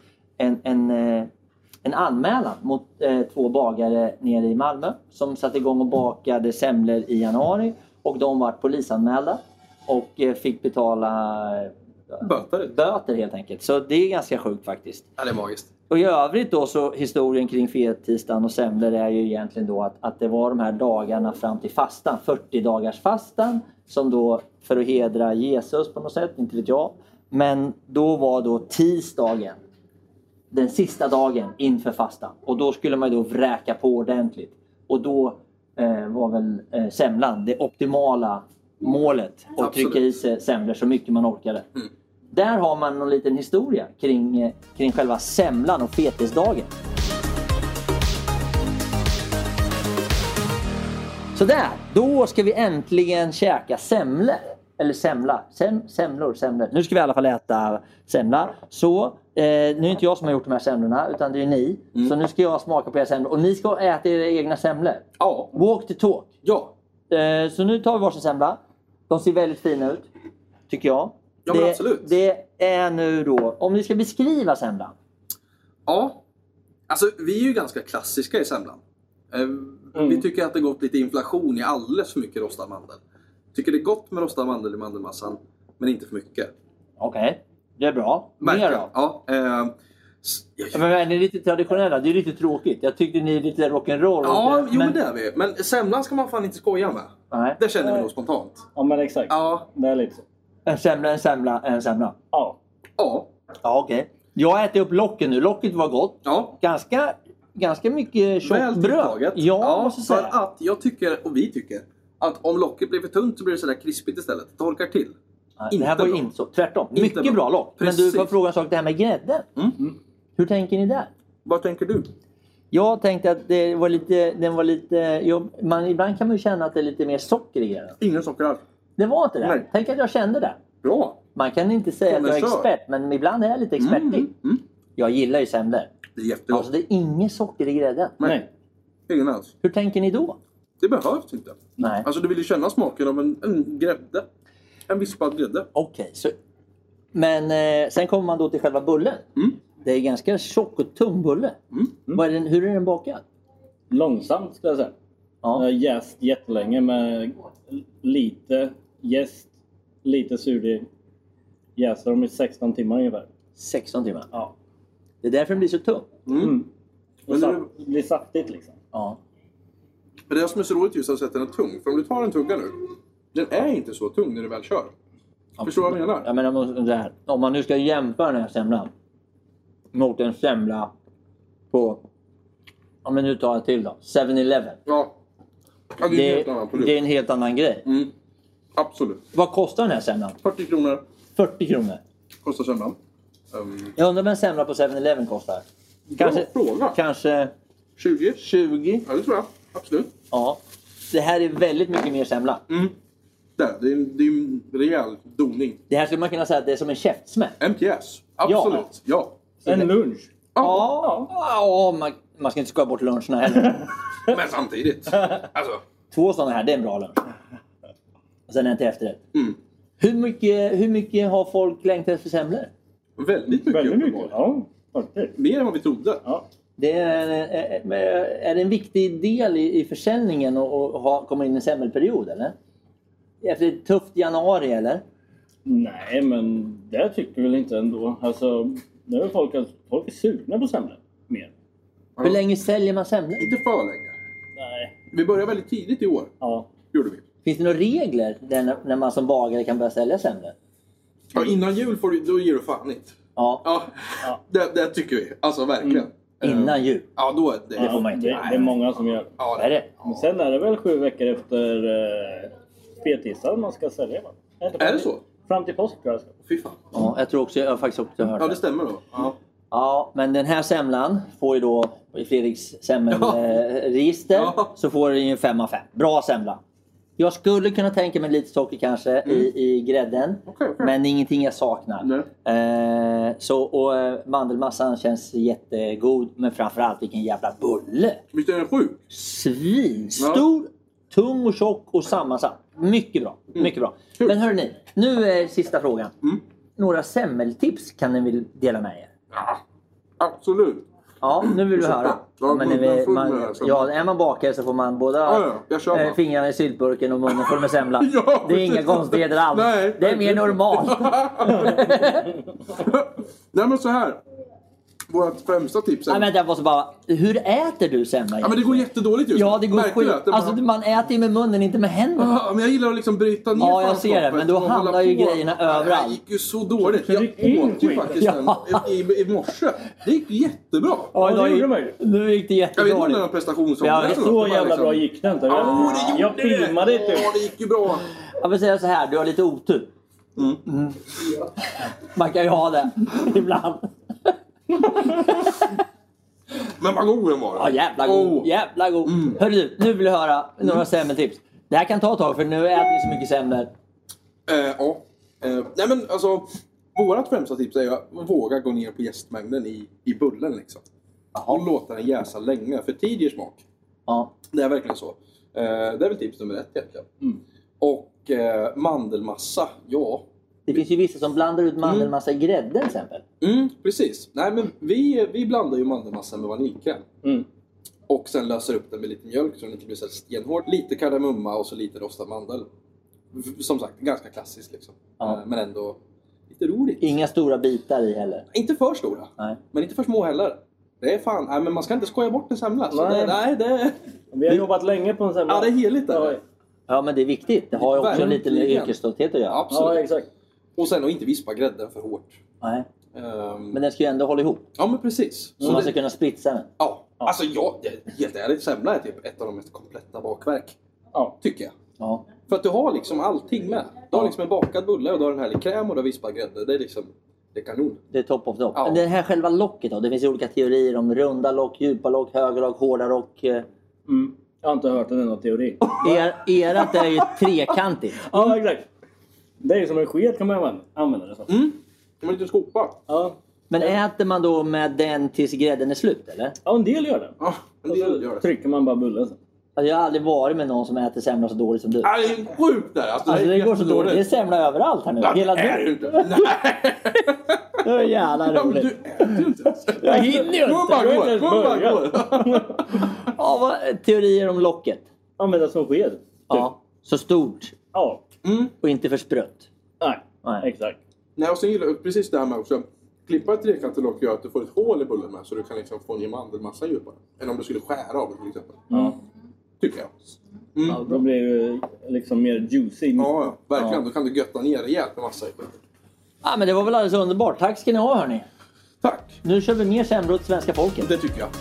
en anmälan mot 2 bagare nere i Malmö som satte igång och bakade semlor i januari. Och de var polisanmälda och fick betala böter helt enkelt. Så det är ganska sjukt faktiskt. Ja, det är magiskt. Och i övrigt då så historien kring fettisdagen och semlor är ju egentligen då att det var de här dagarna fram till fastan, 40 dagars fastan, som då för att hedra Jesus på något sätt, inte vet jag. Men då var då tisdagen den sista dagen inför fastan. Och då skulle man då vräka på ordentligt. Och då var väl semlan det optimala målet. Och Absolut. trycka i sig semlor så mycket man orkade. Där har man en liten historia kring själva semlan och fetisdagen. Så där, då ska vi äntligen käka semlor. Eller semla. Semlor. Nu ska vi i alla fall äta semla. Så, nu är det inte jag som har gjort de här semlorna, utan det är ni. Så nu ska jag smaka på era semlor. Och ni ska äta era egna semlor. Ja. Walk the talk. Ja. Så nu tar vi varsin semla. De ser väldigt fina ut, tycker jag. Ja, men absolut. Det är nu då, om ni ska beskriva semlan. Ja, alltså vi är ju ganska klassiska i semlan. Vi tycker att det gått lite inflation i alldeles för mycket rostad mandel. Tycker det är gott med rostad mandel i mandelmassan, men inte för mycket. Okej, det är bra. Verkligen. Mer då? Ja, Men är ni lite traditionella? Det är lite tråkigt. Jag tyckte ni är lite rock'n'roll. Ja, men det är vi. Men semlan ska man fan inte skoja med. Nej. Det känner vi nog spontant. Ja, men exakt. Ja. Det är lite så. En semla. Ja. Ja. Ja, okej. Jag äter upp locket nu. Locket var gott. Ja. Ganska mycket tjockt bröd. Tilltaget. Ja, måste för säga. att jag tycker, och vi tycker, att om locket blir för tunt så blir det sådär krispigt istället. Torkar till. Nej, det här var ju inte så. Tvärtom. Mycket bra lock. Precis. Men du får fråga en sak. Det här med grädden. Hur tänker ni där? Vad tänker du? Jag tänkte att den var lite... ibland kan man ju känna att det är lite mer socker i grädden. Ingen socker alls. Det var inte det. Nej. Tänk att jag kände det. Bra. Man kan inte säga att jag är expert, men ibland är jag lite expertig. Jag gillar ju semlor. Det är jättegott. Alltså det är inget socker i grädden. Nej. Ingen alls. Hur tänker ni då? Det behövs inte. Nej. Alltså du vill ju känna smaken av en grädde. En vispad grädde. Okej, så... Men sen kommer man då till själva bullen. Det är ganska tjock och tung bulle. Hur är den bakad? Långsamt skulle jag säga. Jag har jäst jättelänge med lite jäst, lite surdeg. Jäser dem i 16 timmar ungefär. 16 timmar? Ja. Det är därför den blir så tung. Det blir saftigt liksom. Ja. Men det som är så roligt just att den är tung. För om du tar en tugga nu. Den är inte så tung när du väl kör. Förstår du vad jag menar? Jag menar om man nu ska jämföra den här semlan mot en semla på, om vi nu tar ett till då, 7-Eleven. Ja. Ja, det är en helt annan produkt. Det är en helt annan grej. Absolut. Vad kostar den här semlan? 40 kronor. 40 kronor. Kostar semlan. Jag undrar vad en semla på 7-Eleven kostar. Kanske 20? 20? Ja, det tror jag. Absolut. Ja. Det här är väldigt mycket mer semla. Det är en rejäl doning. Det här skulle man kunna säga att det är som en käftsmäll. MTS. Absolut. Ja. En lunch. Ja. Man ska inte skoja bort luncherna heller. Men samtidigt. Alltså. 2 sådana här, det är en bra lunch. Och sen en till efterrätt. Hur mycket har folk längtat efter semlor? Väldigt mycket. Ja. Mer än vad vi trodde. Ja. Det är det en viktig del i försäljningen att komma in i en semmelperiod, eller? Efter ett tufft januari, eller? Nej, men det tycker väl inte ändå. Alltså, det är folk är sugna på semlor. Mer. Hur länge säljer man semlor? Inte för länge. Nej. Vi började väldigt tidigt i år. Ja. Gjorde vi. Finns det några regler när man som bagare kan börja sälja semlor? Ja, innan jul då ger du fan inte. Ja. Det tycker vi. Alltså verkligen. Innan jul? Ja, då är det. Det får man inte. Det är många som gör. Ja, är det? Men sen är det väl 7 veckor efter fettisdagen man ska sälja, va? Är det så? Fram till påsk, tror jag. Fy fan. Ja, jag tror också, jag har faktiskt också hört det. Ja, det stämmer då. Ja. Ja, men den här semlan får ju då i Fredriks semmelregister så får den ju 5 av 5. Bra semla. Jag skulle kunna tänka mig lite socker kanske i grädden. Okay. Men ingenting jag saknar. Mandelmassan känns jättegod. Men framförallt vilken jävla bulle. Visst är den sjuk? Svinstor, tung och tjock och sammansatt. Mycket bra. Mycket bra. Men hörni, nu är sista frågan. Några semmeltips kan ni väl dela med er? Ja, absolut. Ja, nu vill vi höra. Är man bakare så får man båda fingrarna i syltburken och munnen full med semla. Det är inga konstigheter alls. Nej, det är mer normalt. Nej men så här. Vårt främsta tips är... Nej, jag måste bara... Hur äter du semla? Ja, men det går jättedåligt just nu. Ja, det går skit. Alltså man äter ju med munnen, inte med händerna. Men jag gillar att liksom bryta ner. Ja, jag ser det. Men då hamnar ju grejerna överallt. Det gick ju så dåligt. Jag åt ju faktiskt i morse. Det gick jättebra. Ja, nu gick det jättebra. Jag vet inte om det är en prestation som... Ja, så jävla bra gick det inte. Jag filmade det. Ja, det gick ju bra. Jag vill säga så här, du har lite otur. Man kan ju ha det ibland. Men vad god den var. Ja, jävla god. Hörru du, nu vill jag höra några semmeltips. Det här kan ta ett tag för nu äter vi så mycket semlor. Nej men alltså, vårat främsta tips är att våga gå ner på jästmängden i bullen liksom. Och låta den jäsa länge, för tid ger smak. Ja. Det är verkligen så. Det är väl tips nummer 1 egentligen. Och mandelmassa, ja. Det finns ju vissa som blandar ut mandelmassa i grädden till exempel. Precis. Nej men vi blandar ju mandelmassa med vaniljkräm. Och sen löser upp den med lite mjölk så den inte blir så stenhård. Lite kardemumma och så lite rostad mandel. Som sagt, ganska klassiskt liksom. Men ändå lite roligt. Inga stora bitar i heller. Inte för stora. Nej. Men inte för små heller. Det är fan, nej men man ska inte skoja bort en semla. Vi har jobbat länge på en semla. Ja, det är heligt där. Ja, men det är viktigt. Det har ju också lite med yrkesstolthet att göra. Absolut. Ja, exakt. Och sen att inte vispa grädden för hårt. Nej. Men den ska ju ändå hålla ihop. Ja, men precis. Så man ska kunna spritsa den. Ja. Alltså helt ärligt, semla är typ ett av de mest kompletta bakverk. Ja. Tycker jag. Ja. För att du har liksom allting med. Du har liksom en bakad bulle och du har en härlig kräm och du har vispad grädde. Det är liksom, det är kanon. Det är top of top. Ja. Men det här själva locket då? Det finns ju olika teorier om runda lock, djupa lock, höga lock, hårda lock. Jag har inte hört en enda teori. Erat är ju trekantigt. Ja, exakt. Det är som en sked kan man använda det så. Som en liten skopa. Ja. Men äter man då med den tills grädden är slut, eller? Ja, en del gör det. Ja, en del gör det. Trycker man bara bullen sen. Alltså, jag har aldrig varit med någon som äter semla så dåligt som du. Ja, det är sjukt där. Alltså, det går så dåligt. Det är semla överallt här nu. Ja, hela det är det inte. Nej. Det är jävla roligt. Du äter ju inte. Jag hinner ju inte. Mun bara går. Ja, teorier om locket. Använda som sked. Typ. Ja, så stort. Ja. Och inte för sprött. Nej, exakt. Nej, och sen gillar jag precis det här med också. Klippa ett trekantigt lock gör att du får ett hål i bullen med så du kan liksom få ner mandelmassa djupare. Än om du skulle skära av det till exempel. Ja. Tycker jag. Ja, då blir det ju liksom mer juicy. Ja, verkligen. Då kan du götta ner rejält med massa i skiten. Ja, men det var väl alldeles underbart. Tack ska ni ha, hörni. Tack. Nu kör vi mer semlor till svenska folket. Det tycker jag.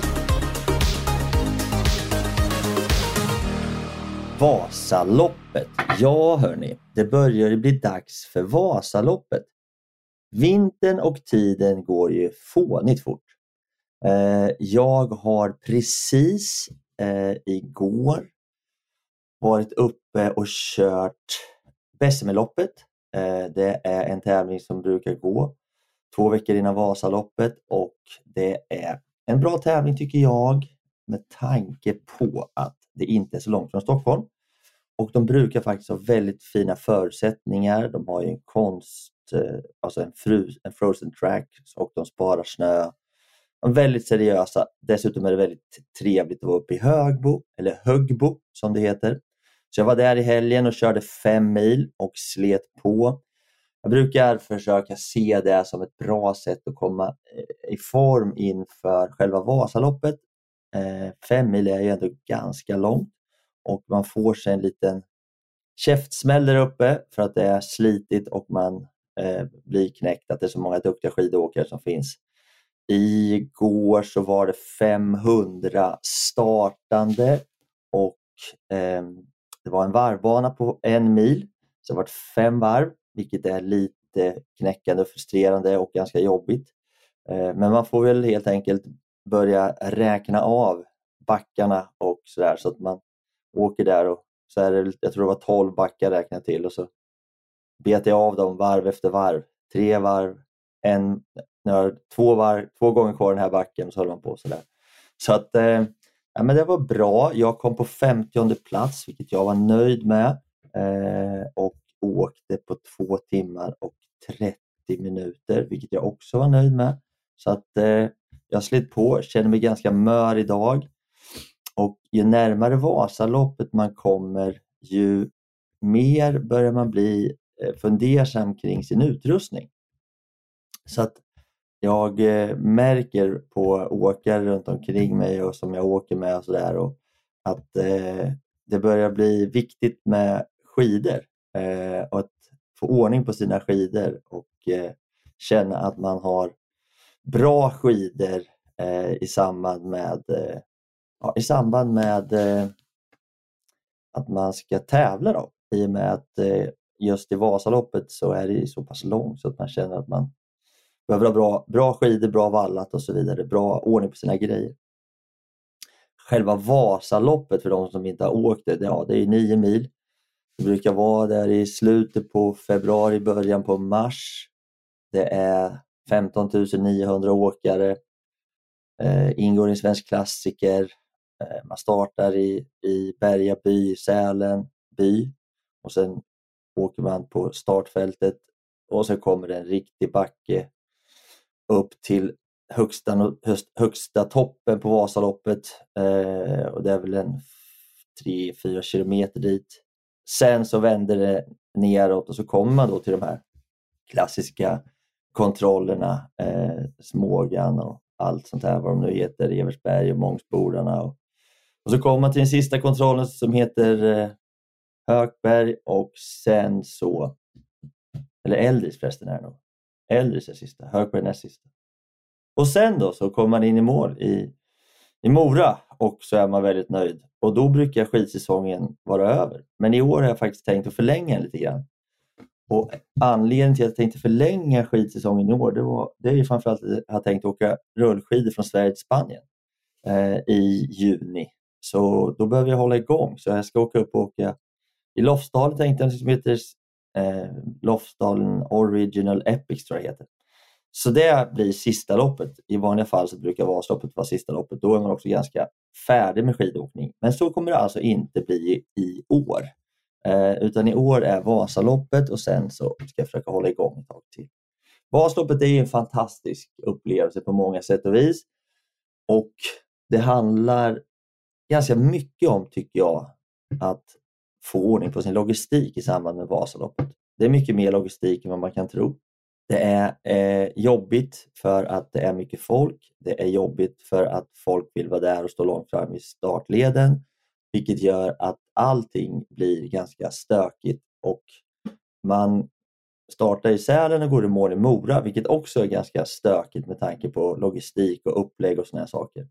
Vasaloppet. Ja, hörni. Det börjar ju bli dags för Vasaloppet. Vintern och tiden går ju fånigt fort. Jag har precis igår varit uppe och kört Bessemerloppet. Det är en tävling som brukar gå 2 veckor innan Vasaloppet och det är en bra tävling tycker jag med tanke på att det inte är så långt från Stockholm. Och de brukar faktiskt ha väldigt fina förutsättningar. De har ju en alltså en frozen track och de sparar snö. De är väldigt seriösa. Dessutom är det väldigt trevligt att vara uppe i Högbo som det heter. Så jag var där i helgen och körde 5 mil och slet på. Jag brukar försöka se det som ett bra sätt att komma i form inför själva Vasaloppet. 5 mil är ju ändå ganska långt. Och man får sig en liten käftsmäll där uppe för att det är slitigt och man blir knäckt att det är så många duktiga skidåkare som finns. Igår så var det 500 startande och det var en varvbana på 1 mil. Så det var 5 varv, vilket är lite knäckande och frustrerande och ganska jobbigt. Men man får väl helt enkelt börja räkna av backarna och sådär så att man åker där och Så är det, jag tror det var 12 backar räknat till och så bet jag av dem varv efter varv. 3 varv, två gånger kvar den här backen och så höll man på sådär. Så att men det var bra. Jag kom på 50:e plats, vilket jag var nöjd med. Och åkte på 2 timmar och 30 minuter, vilket jag också var nöjd med. Så att jag slet på, känner mig ganska mör idag. Och ju närmare Vasaloppet man kommer, ju mer börjar man bli fundersam kring sin utrustning. Så att jag märker på åkare runt omkring mig och som jag åker med och sådär, och att det börjar bli viktigt med skidor och att få ordning på sina skidor och känna att man har bra skidor i samband med att man ska tävla då. I och med att just i Vasaloppet så är det så pass långt så att man känner att man behöver ha bra skidor, bra vallat och så vidare. Bra ordning på sina grejer. Själva Vasaloppet, för de som inte har åkt det, det är 9 mil. Det brukar vara där i slutet på februari, början på mars. Det är 15 900 åkare. Ingår i en svensk klassiker. Man startar i Berga by, Sälen by. Och sen åker man på startfältet. Och så kommer det en riktig backe upp till högsta toppen på Vasaloppet. Och det är väl en 3-4 kilometer dit. Sen så vänder det neråt och så kommer man då till de här klassiska kontrollerna. Smågan och allt sånt här, vad de nu heter, Eversberg och Mångsbodarna. Och så kommer man till den sista kontrollen som heter Hökberg, och sen så, eller Eldris förresten är nog. Eldris är sista, Hökberg näst sista. Och sen då så kommer man in i mål i Mora, och så är man väldigt nöjd. Och då brukar skidsäsongen vara över. Men i år har jag faktiskt tänkt att förlänga lite grann. Och anledningen till att jag tänkte förlänga skidsäsongen i år, det är ju framförallt att jag har tänkt åka rullskidor från Sverige till Spanien i juni. Så då behöver jag hålla igång. Så jag ska åka upp och åka i Lofsdalen, tänkte jag, som heter Lofsdalen Original Epics, tror jag heter. Så det blir sista loppet. I vanliga fall så brukar Vasaloppet vara sista loppet. Då är man också ganska färdig med skidåkning. Men så kommer det alltså inte bli i år. Utan i år är Vasaloppet, och sen så ska jag försöka hålla igång ett tag till. Vasaloppet är ju en fantastisk upplevelse på många sätt och vis. Och det handlar ganska mycket om, tycker jag, att få ordning på sin logistik i samband med Vasaloppet. Det är mycket mer logistik än vad man kan tro. Det är jobbigt för att det är mycket folk. Det är jobbigt för att folk vill vara där och stå långt fram i startleden. Vilket gör att allting blir ganska stökigt. Och man startar i Sälen och går i mål i Mora. Vilket också är ganska stökigt med tanke på logistik och upplägg och såna här saker.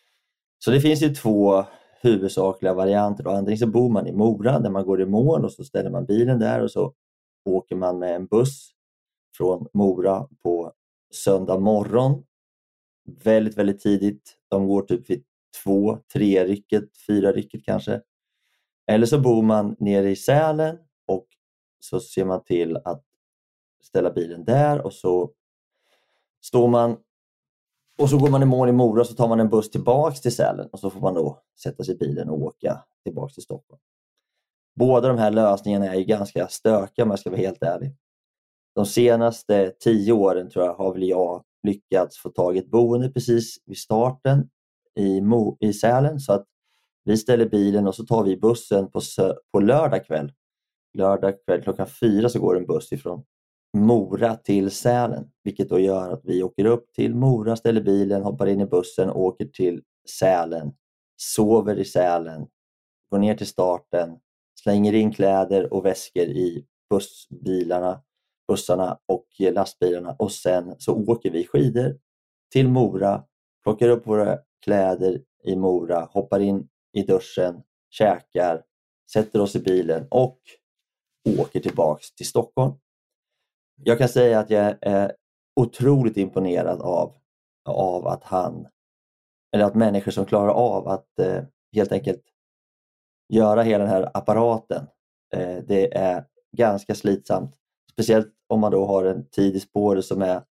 Så det finns ju 2 huvudsakliga varianter. Antingen så bor man i Mora där man går i mål, och så ställer man bilen där, och så åker man med en buss från Mora på söndag morgon. Väldigt, väldigt tidigt. De går typ vid 2-3 rycket, 4 rycket kanske. Eller så bor man nere i Sälen, och så ser man till att ställa bilen där, och så står man, och så går man i mål i Mora, och så tar man en buss tillbaks till Sälen, och så får man då sätta sig i bilen och åka tillbaks till Stockholm. Båda de här lösningarna är ju ganska stökiga, om jag ska vara helt ärlig. De senaste 10 åren tror jag har väl jag lyckats få tag i ett boende precis vid starten i Sälen, så att vi ställer bilen och så tar vi bussen på lördag kväll. Lördag kväll klockan 4 så går en buss ifrån Mora till Sälen, vilket då gör att vi åker upp till Mora, ställer bilen, hoppar in i bussen, åker till Sälen, sover i Sälen, går ner till starten, slänger in kläder och väskor i bussarna och lastbilarna, och sen så åker vi skidor till Mora, plockar upp våra kläder i Mora, hoppar in i duschen, käkar, sätter oss i bilen och åker tillbaks till Stockholm. Jag kan säga att jag är otroligt imponerad av att att människor som klarar av att helt enkelt göra hela den här apparaten. Det är ganska slitsamt. Speciellt om man då har en tid i spåret som är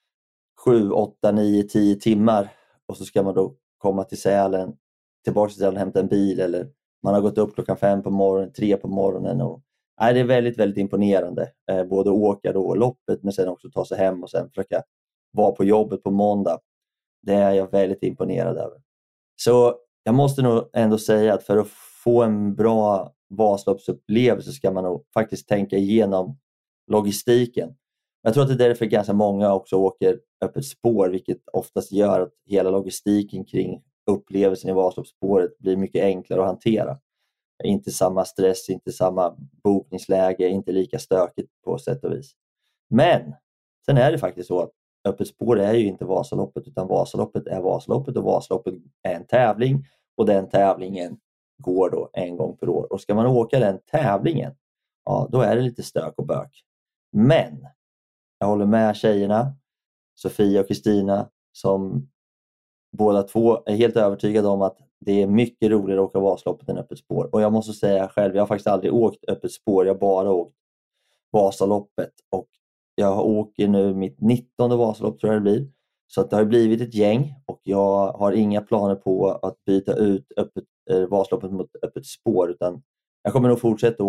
7, 8, 9, 10 timmar. Och så ska man då komma till Sälen, tillbaka till Sälen och hämta en bil. Eller man har gått upp klockan 5 på morgonen, 3 på morgonen. Och, det är väldigt, väldigt imponerande. Både åka då loppet men sen också ta sig hem och sen försöka vara på jobbet på måndag. Det är jag väldigt imponerad över. Så jag måste nog ändå säga att för att få en bra Vasaloppsupplevelse ska man nog faktiskt tänka igenom logistiken. Jag tror att det är därför ganska många också åker öppet spår, vilket oftast gör att hela logistiken kring upplevelsen i Vasaloppsspåret blir mycket enklare att hantera. Inte samma stress, inte samma bokningsläge, inte lika stökigt på sätt och vis. Men sen är det faktiskt så att öppet spår är ju inte Vasaloppet, utan Vasaloppet är Vasaloppet och Vasaloppet är en tävling och den tävlingen går då en gång per år. Och ska man åka den tävlingen, ja då är det lite stök och bök. Men jag håller med tjejerna, Sofia och Kristina, som båda två är helt övertygade om att det är mycket roligare att åka Vasaloppet än öppet spår. Och jag måste säga själv, jag har faktiskt aldrig åkt öppet spår, jag har bara åkt Vasaloppet. Och jag åker nu mitt 19:e Vasalopp tror jag det blir. Så att det har blivit ett gäng och jag har inga planer på att byta ut Vasaloppet mot öppet spår. Utan jag kommer nog fortsätta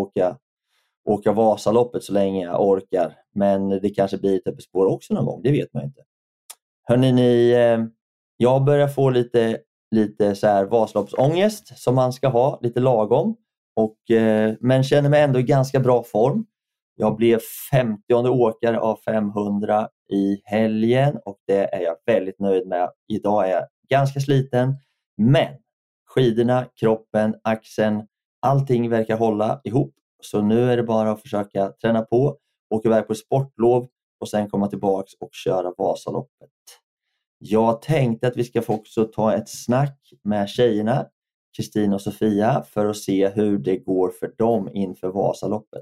åka Vasaloppet så länge jag orkar. Men det kanske blir ett öppet spår också någon gång, det vet man inte. Hörrni, jag börjar få lite så här Vasaloppsångest som man ska ha, lite lagom. Men känner mig ändå i ganska bra form. Jag blev 50:e åkare av 500 i helgen och det är jag väldigt nöjd med. Idag är jag ganska sliten, men skidorna, kroppen, axeln, allting verkar hålla ihop. Så nu är det bara att försöka träna på, åka iväg på sportlov och sen komma tillbaks och köra Vasaloppet. Jag tänkte att vi ska få också ta ett snack med tjejerna, Kristina och Sofia, för att se hur det går för dem inför Vasaloppet.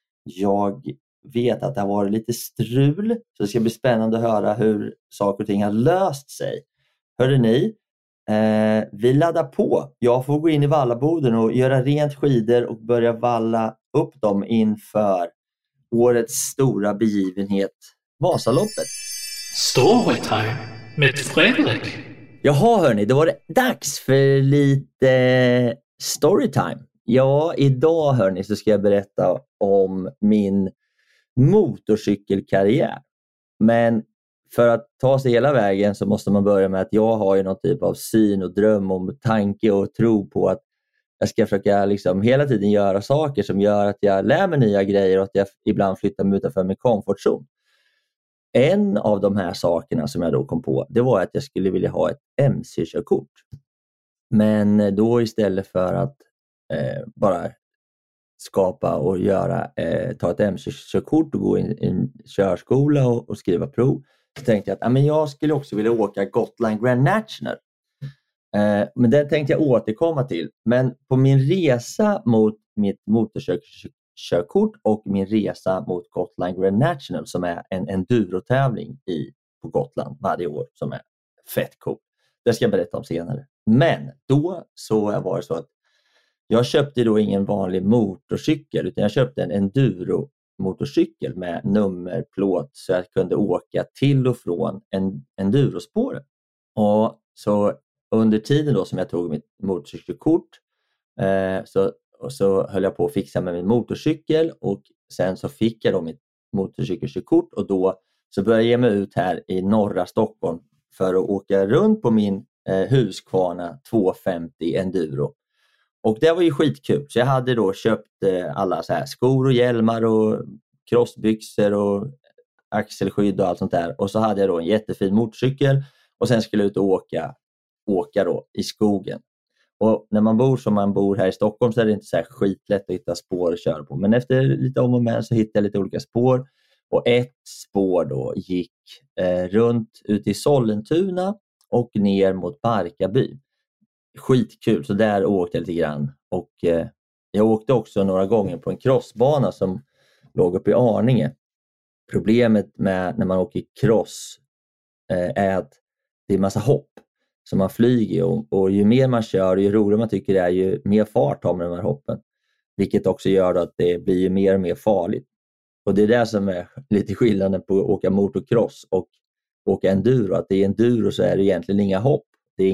Jag vet att det har varit lite strul, så det ska bli spännande att höra hur saker och ting har löst sig. Hörde ni? Vi laddar på. Jag får gå in i vallaboden och göra rent skidor och börja valla upp dem inför årets stora begivenhet, Vasaloppet. Storytime med Fredrik. Jaha hörni, då var det dags för lite storytime. Ja, idag hörni så ska jag berätta om min motorcykelkarriär. Men för att ta sig hela vägen så måste man börja med att jag har ju någon typ av syn och dröm om tanke och tro på att jag ska försöka liksom hela tiden göra saker som gör att jag lär mig nya grejer och att jag ibland flyttar mig utanför min komfortzon. En av de här sakerna som jag då kom på, det var att jag skulle vilja ha ett MC-körkort. Men då istället för att bara skapa och ta ett MC-körkort och gå in i en körskola och skriva prov, så tänkte jag att jag skulle också vilja åka Gotland Grand National. Men det tänkte jag återkomma till. Men på min resa mot mitt motorkörkort och min resa mot Gotland Grand National, som är en enduro-tävling på Gotland varje år, som är fett cool. Det ska jag berätta om senare. Men då så var det så att jag köpte då ingen vanlig motorcykel, utan jag köpte en enduro-motorcykel med nummerplåt så jag kunde åka till och från endurospåret. Och så under tiden då som jag tog mitt motorcykelkort så höll jag på att fixa med min motorcykel, och sen så fick jag då mitt motorcykelkort och då så började jag ge mig ut här i norra Stockholm för att åka runt på min Husqvarna 250 enduro. Och det var ju skitkul. Så jag hade då köpt alla så här skor och hjälmar och crossbyxor och axelskydd och allt sånt där. Och så hade jag då en jättefin motorcykel och sen skulle jag ut och åka då i skogen. Och när man bor som man bor här i Stockholm så är det inte så här skitlätt att hitta spår att köra på. Men efter lite om och men så hittade jag lite olika spår. Och ett spår då gick runt ut i Sollentuna och ner mot Barkarby. Skitkul, så där åkte jag lite grann. Och jag åkte också några gånger på en crossbana som låg uppe i Arninge. Problemet med när man åker cross är att det är massa hopp. Så man flyger och ju mer man kör och ju roligare man tycker det är, ju mer fart har man de här hoppen. Vilket också gör att det blir ju mer och mer farligt. Och det är det som är lite skillnaden på att åka motocross och åka enduro. Att det är enduro så är det egentligen inga hopp. Det är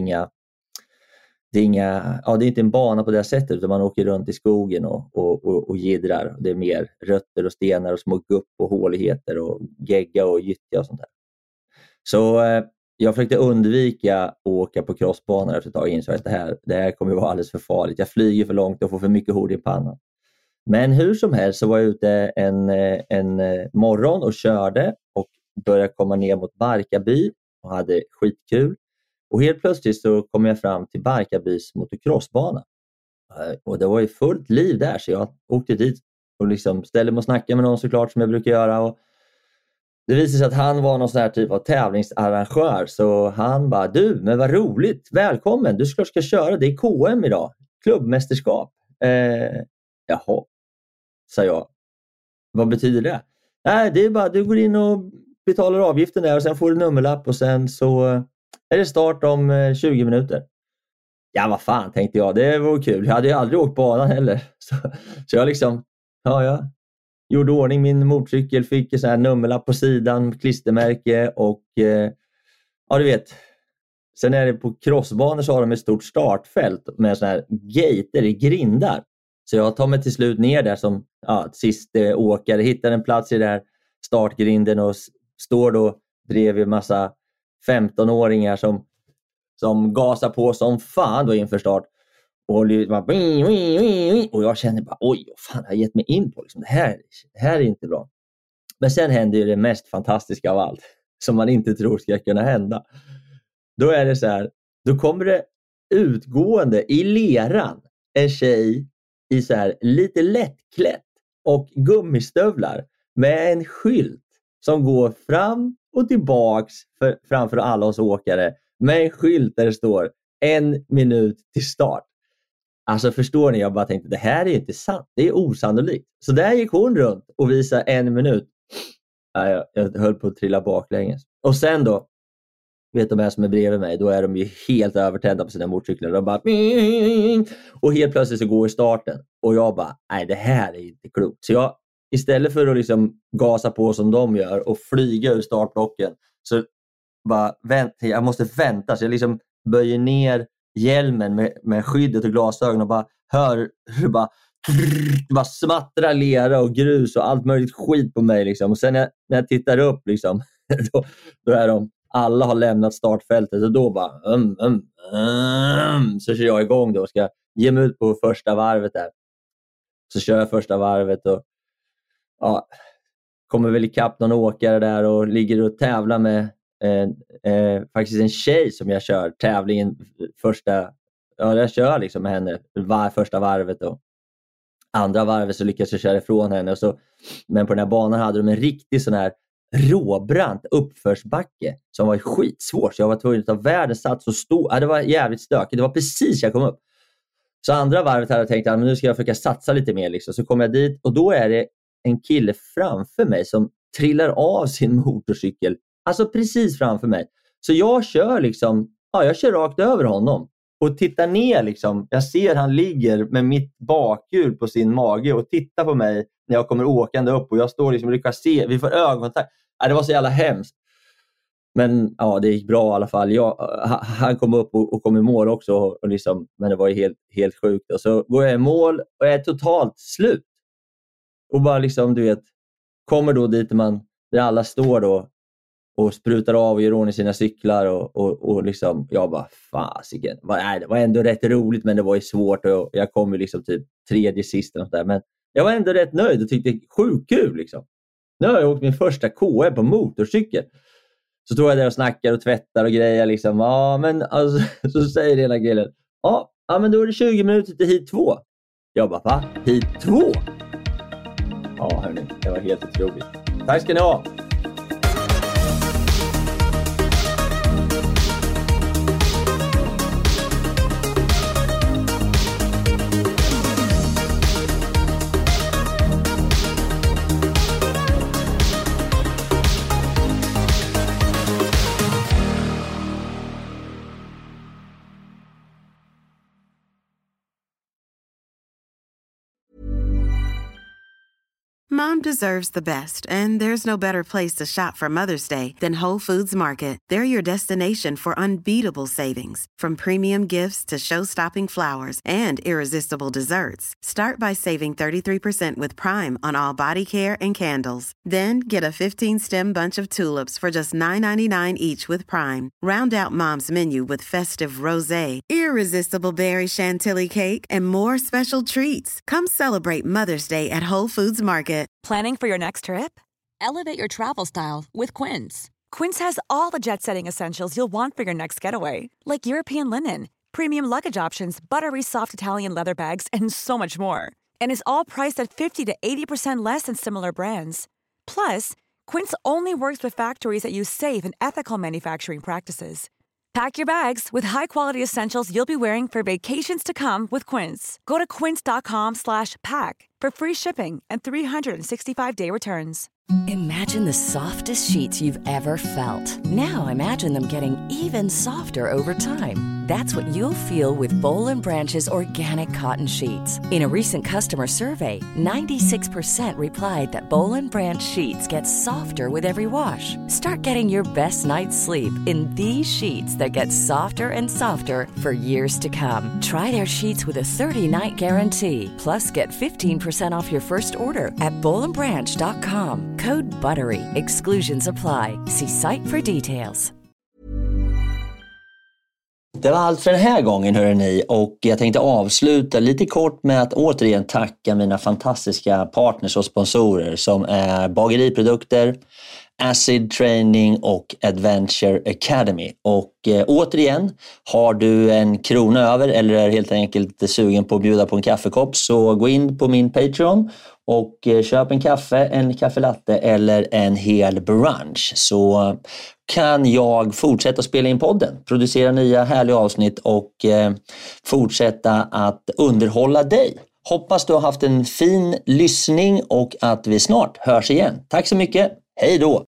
inte en bana på det sättet, utan man åker runt i skogen och jiddrar. Det är mer rötter och stenar och små gupp och håligheter och gegga och gyttja och sånt där. Så jag försökte undvika att åka på crossbanor efter ett tag, insåg att det här kommer att vara alldeles för farligt. Jag flyger för långt och får för mycket hår i pannan. Men hur som helst så var jag ute en morgon och körde och började komma ner mot Barkarby och hade skitkul. Och helt plötsligt så kom jag fram till Barkarbys motocrossbana. Och det var ju fullt liv där, så jag åkte dit och liksom ställde mig och snackade med någon såklart, som jag brukar göra. Och det visade sig att han var någon sån här typ av tävlingsarrangör. Så han bara, du, men vad roligt, välkommen, du ska köra, det är KM idag, klubbmästerskap. Jaha, sa jag. Vad betyder det? Nej, det är bara, du går in och betalar avgiften där och sen får du nummerlapp och sen så är det start om 20 minuter. Ja, vad fan, tänkte jag, det var kul. Jag hade ju aldrig åkt banan heller. Så jag liksom, jag gjorde ordning min motorcykel, fick en sån här nummerlapp på sidan, klistermärke och ja, du vet. Sen är det på crossbanor så har de ett stort startfält med såna här gater i grindar. Så jag tar mig till slut ner där som sista åkare, hittar en plats i den där startgrinden och står då bredvid en massa 15-åringar som gasar på som fan då inför start. Och jag känner bara, oj, vad fan har jag gett mig in på? Liksom, det här är inte bra. Men sen händer ju det mest fantastiska av allt, som man inte tror ska kunna hända. Då är det så här, då kommer det utgående i leran en tjej i så här lite lättklätt och gummistövlar med en skylt som går fram och tillbaks framför alla oss åkare, med en skylt där det står 1 minut till start. Alltså förstår ni, jag bara tänkte, det här är inte sant, det är osannolikt. Så där gick hon runt och visade 1 minut. Jag höll på att trilla baklänges. Och sen då, vet de här som är bredvid mig, då är de ju helt övertända på sina motorcyklar. De bara, och helt plötsligt så går i starten. Och jag bara, nej, det här är inte klokt. Så jag, istället för att liksom gasa på som de gör och flyga ur startblocken, så bara jag måste vänta. Så jag liksom böjer ner hjälmen med skyddet och glasögon och bara hör hur det bara smattrar lera och grus och allt möjligt skit på mig liksom. Och sen när jag tittar upp liksom, då är alla har lämnat startfältet och då bara så kör jag igång då och ska ge mig ut på första varvet där. Så kör jag första varvet och kommer väl ikapp någon åkare där och ligger och tävlar med faktiskt en tjej som jag kör tävlingen jag kör liksom med henne första varvet och andra varvet så lyckas jag köra ifrån henne men på den här banan hade de en riktig sån här råbrant uppförsbacke som var skitsvår, så jag var tvungen att ta världens sats och det var jävligt stökigt, det var precis jag kom upp. Så andra varvet hade jag tänkt att nu ska jag försöka satsa lite mer liksom. Så kom jag dit och då är det en kille framför mig som trillar av sin motorcykel, alltså precis framför mig. Så jag kör liksom, jag kör rakt över honom och tittar ner liksom. Jag ser han ligger med mitt bakhjul på sin mage och tittar på mig när jag kommer åkande upp och jag står liksom och lyckas se, vi får ögonkontakt. Det var så jävla hemskt. Men det gick bra i alla fall. Han kom upp och kom i mål också och liksom, men det var ju helt sjukt. Och så går jag i mål och jag är totalt slut. Och bara liksom, du vet, kommer då dit där alla står då och sprutar av och gör ordning sina cyklar och liksom, jag bara, fasiken. Det var ändå rätt roligt, men det var ju svårt och jag kom ju liksom typ tredje sist och där. Men jag var ändå rätt nöjd och tyckte sjukt kul liksom. Nu har jag åkt min första KM på motorcykel. Så står jag där och snackar och tvättar och grejer liksom. Men alltså, så säger den här killen, men då är det 20 minuter till hit 2. Jag bara, va? Hit 2? Hörni, det var helt otroligt. Tack ska ni ha! Mom deserves the best, and there's no better place to shop for Mother's Day than Whole Foods Market. They're your destination for unbeatable savings, from premium gifts to show-stopping flowers and irresistible desserts. Start by saving 33% with Prime on all body care and candles. Then get a 15-stem bunch of tulips for just $9.99 each with Prime. Round out Mom's menu with festive rosé, irresistible berry chantilly cake, and more special treats. Come celebrate Mother's Day at Whole Foods Market. Planning for your next trip? Elevate your travel style with Quince. Quince has all the jet-setting essentials you'll want for your next getaway, like European linen, premium luggage options, buttery soft Italian leather bags, and so much more. And is all priced at 50 to 80% less than similar brands. Plus, Quince only works with factories that use safe and ethical manufacturing practices. Pack your bags with high-quality essentials you'll be wearing for vacations to come with Quince. Go to quince.com/pack for free shipping and 365-day returns. Imagine the softest sheets you've ever felt. Now imagine them getting even softer over time. That's what you'll feel with Boll & Branch's organic cotton sheets. In a recent customer survey, 96% replied that Boll & Branch sheets get softer with every wash. Start getting your best night's sleep in these sheets that get softer and softer for years to come. Try their sheets with a 30-night guarantee. Plus, get 15% off your first order at bollandbranch.com. Code BUTTERY. Exclusions apply. See site for details. Det var allt för den här gången, hörrni, och jag tänkte avsluta lite kort med att återigen tacka mina fantastiska partners och sponsorer som är Bageriprodukter, Acid Training och Adventure Academy. Och återigen, har du en krona över eller är helt enkelt sugen på att bjuda på en kaffekopp, så gå in på min Patreon och köp en kaffe, en kaffelatte eller en hel brunch, så kan jag fortsätta spela in podden, producera nya härliga avsnitt och fortsätta att underhålla dig. Hoppas du har haft en fin lyssning och att vi snart hörs igen. Tack så mycket, hej då!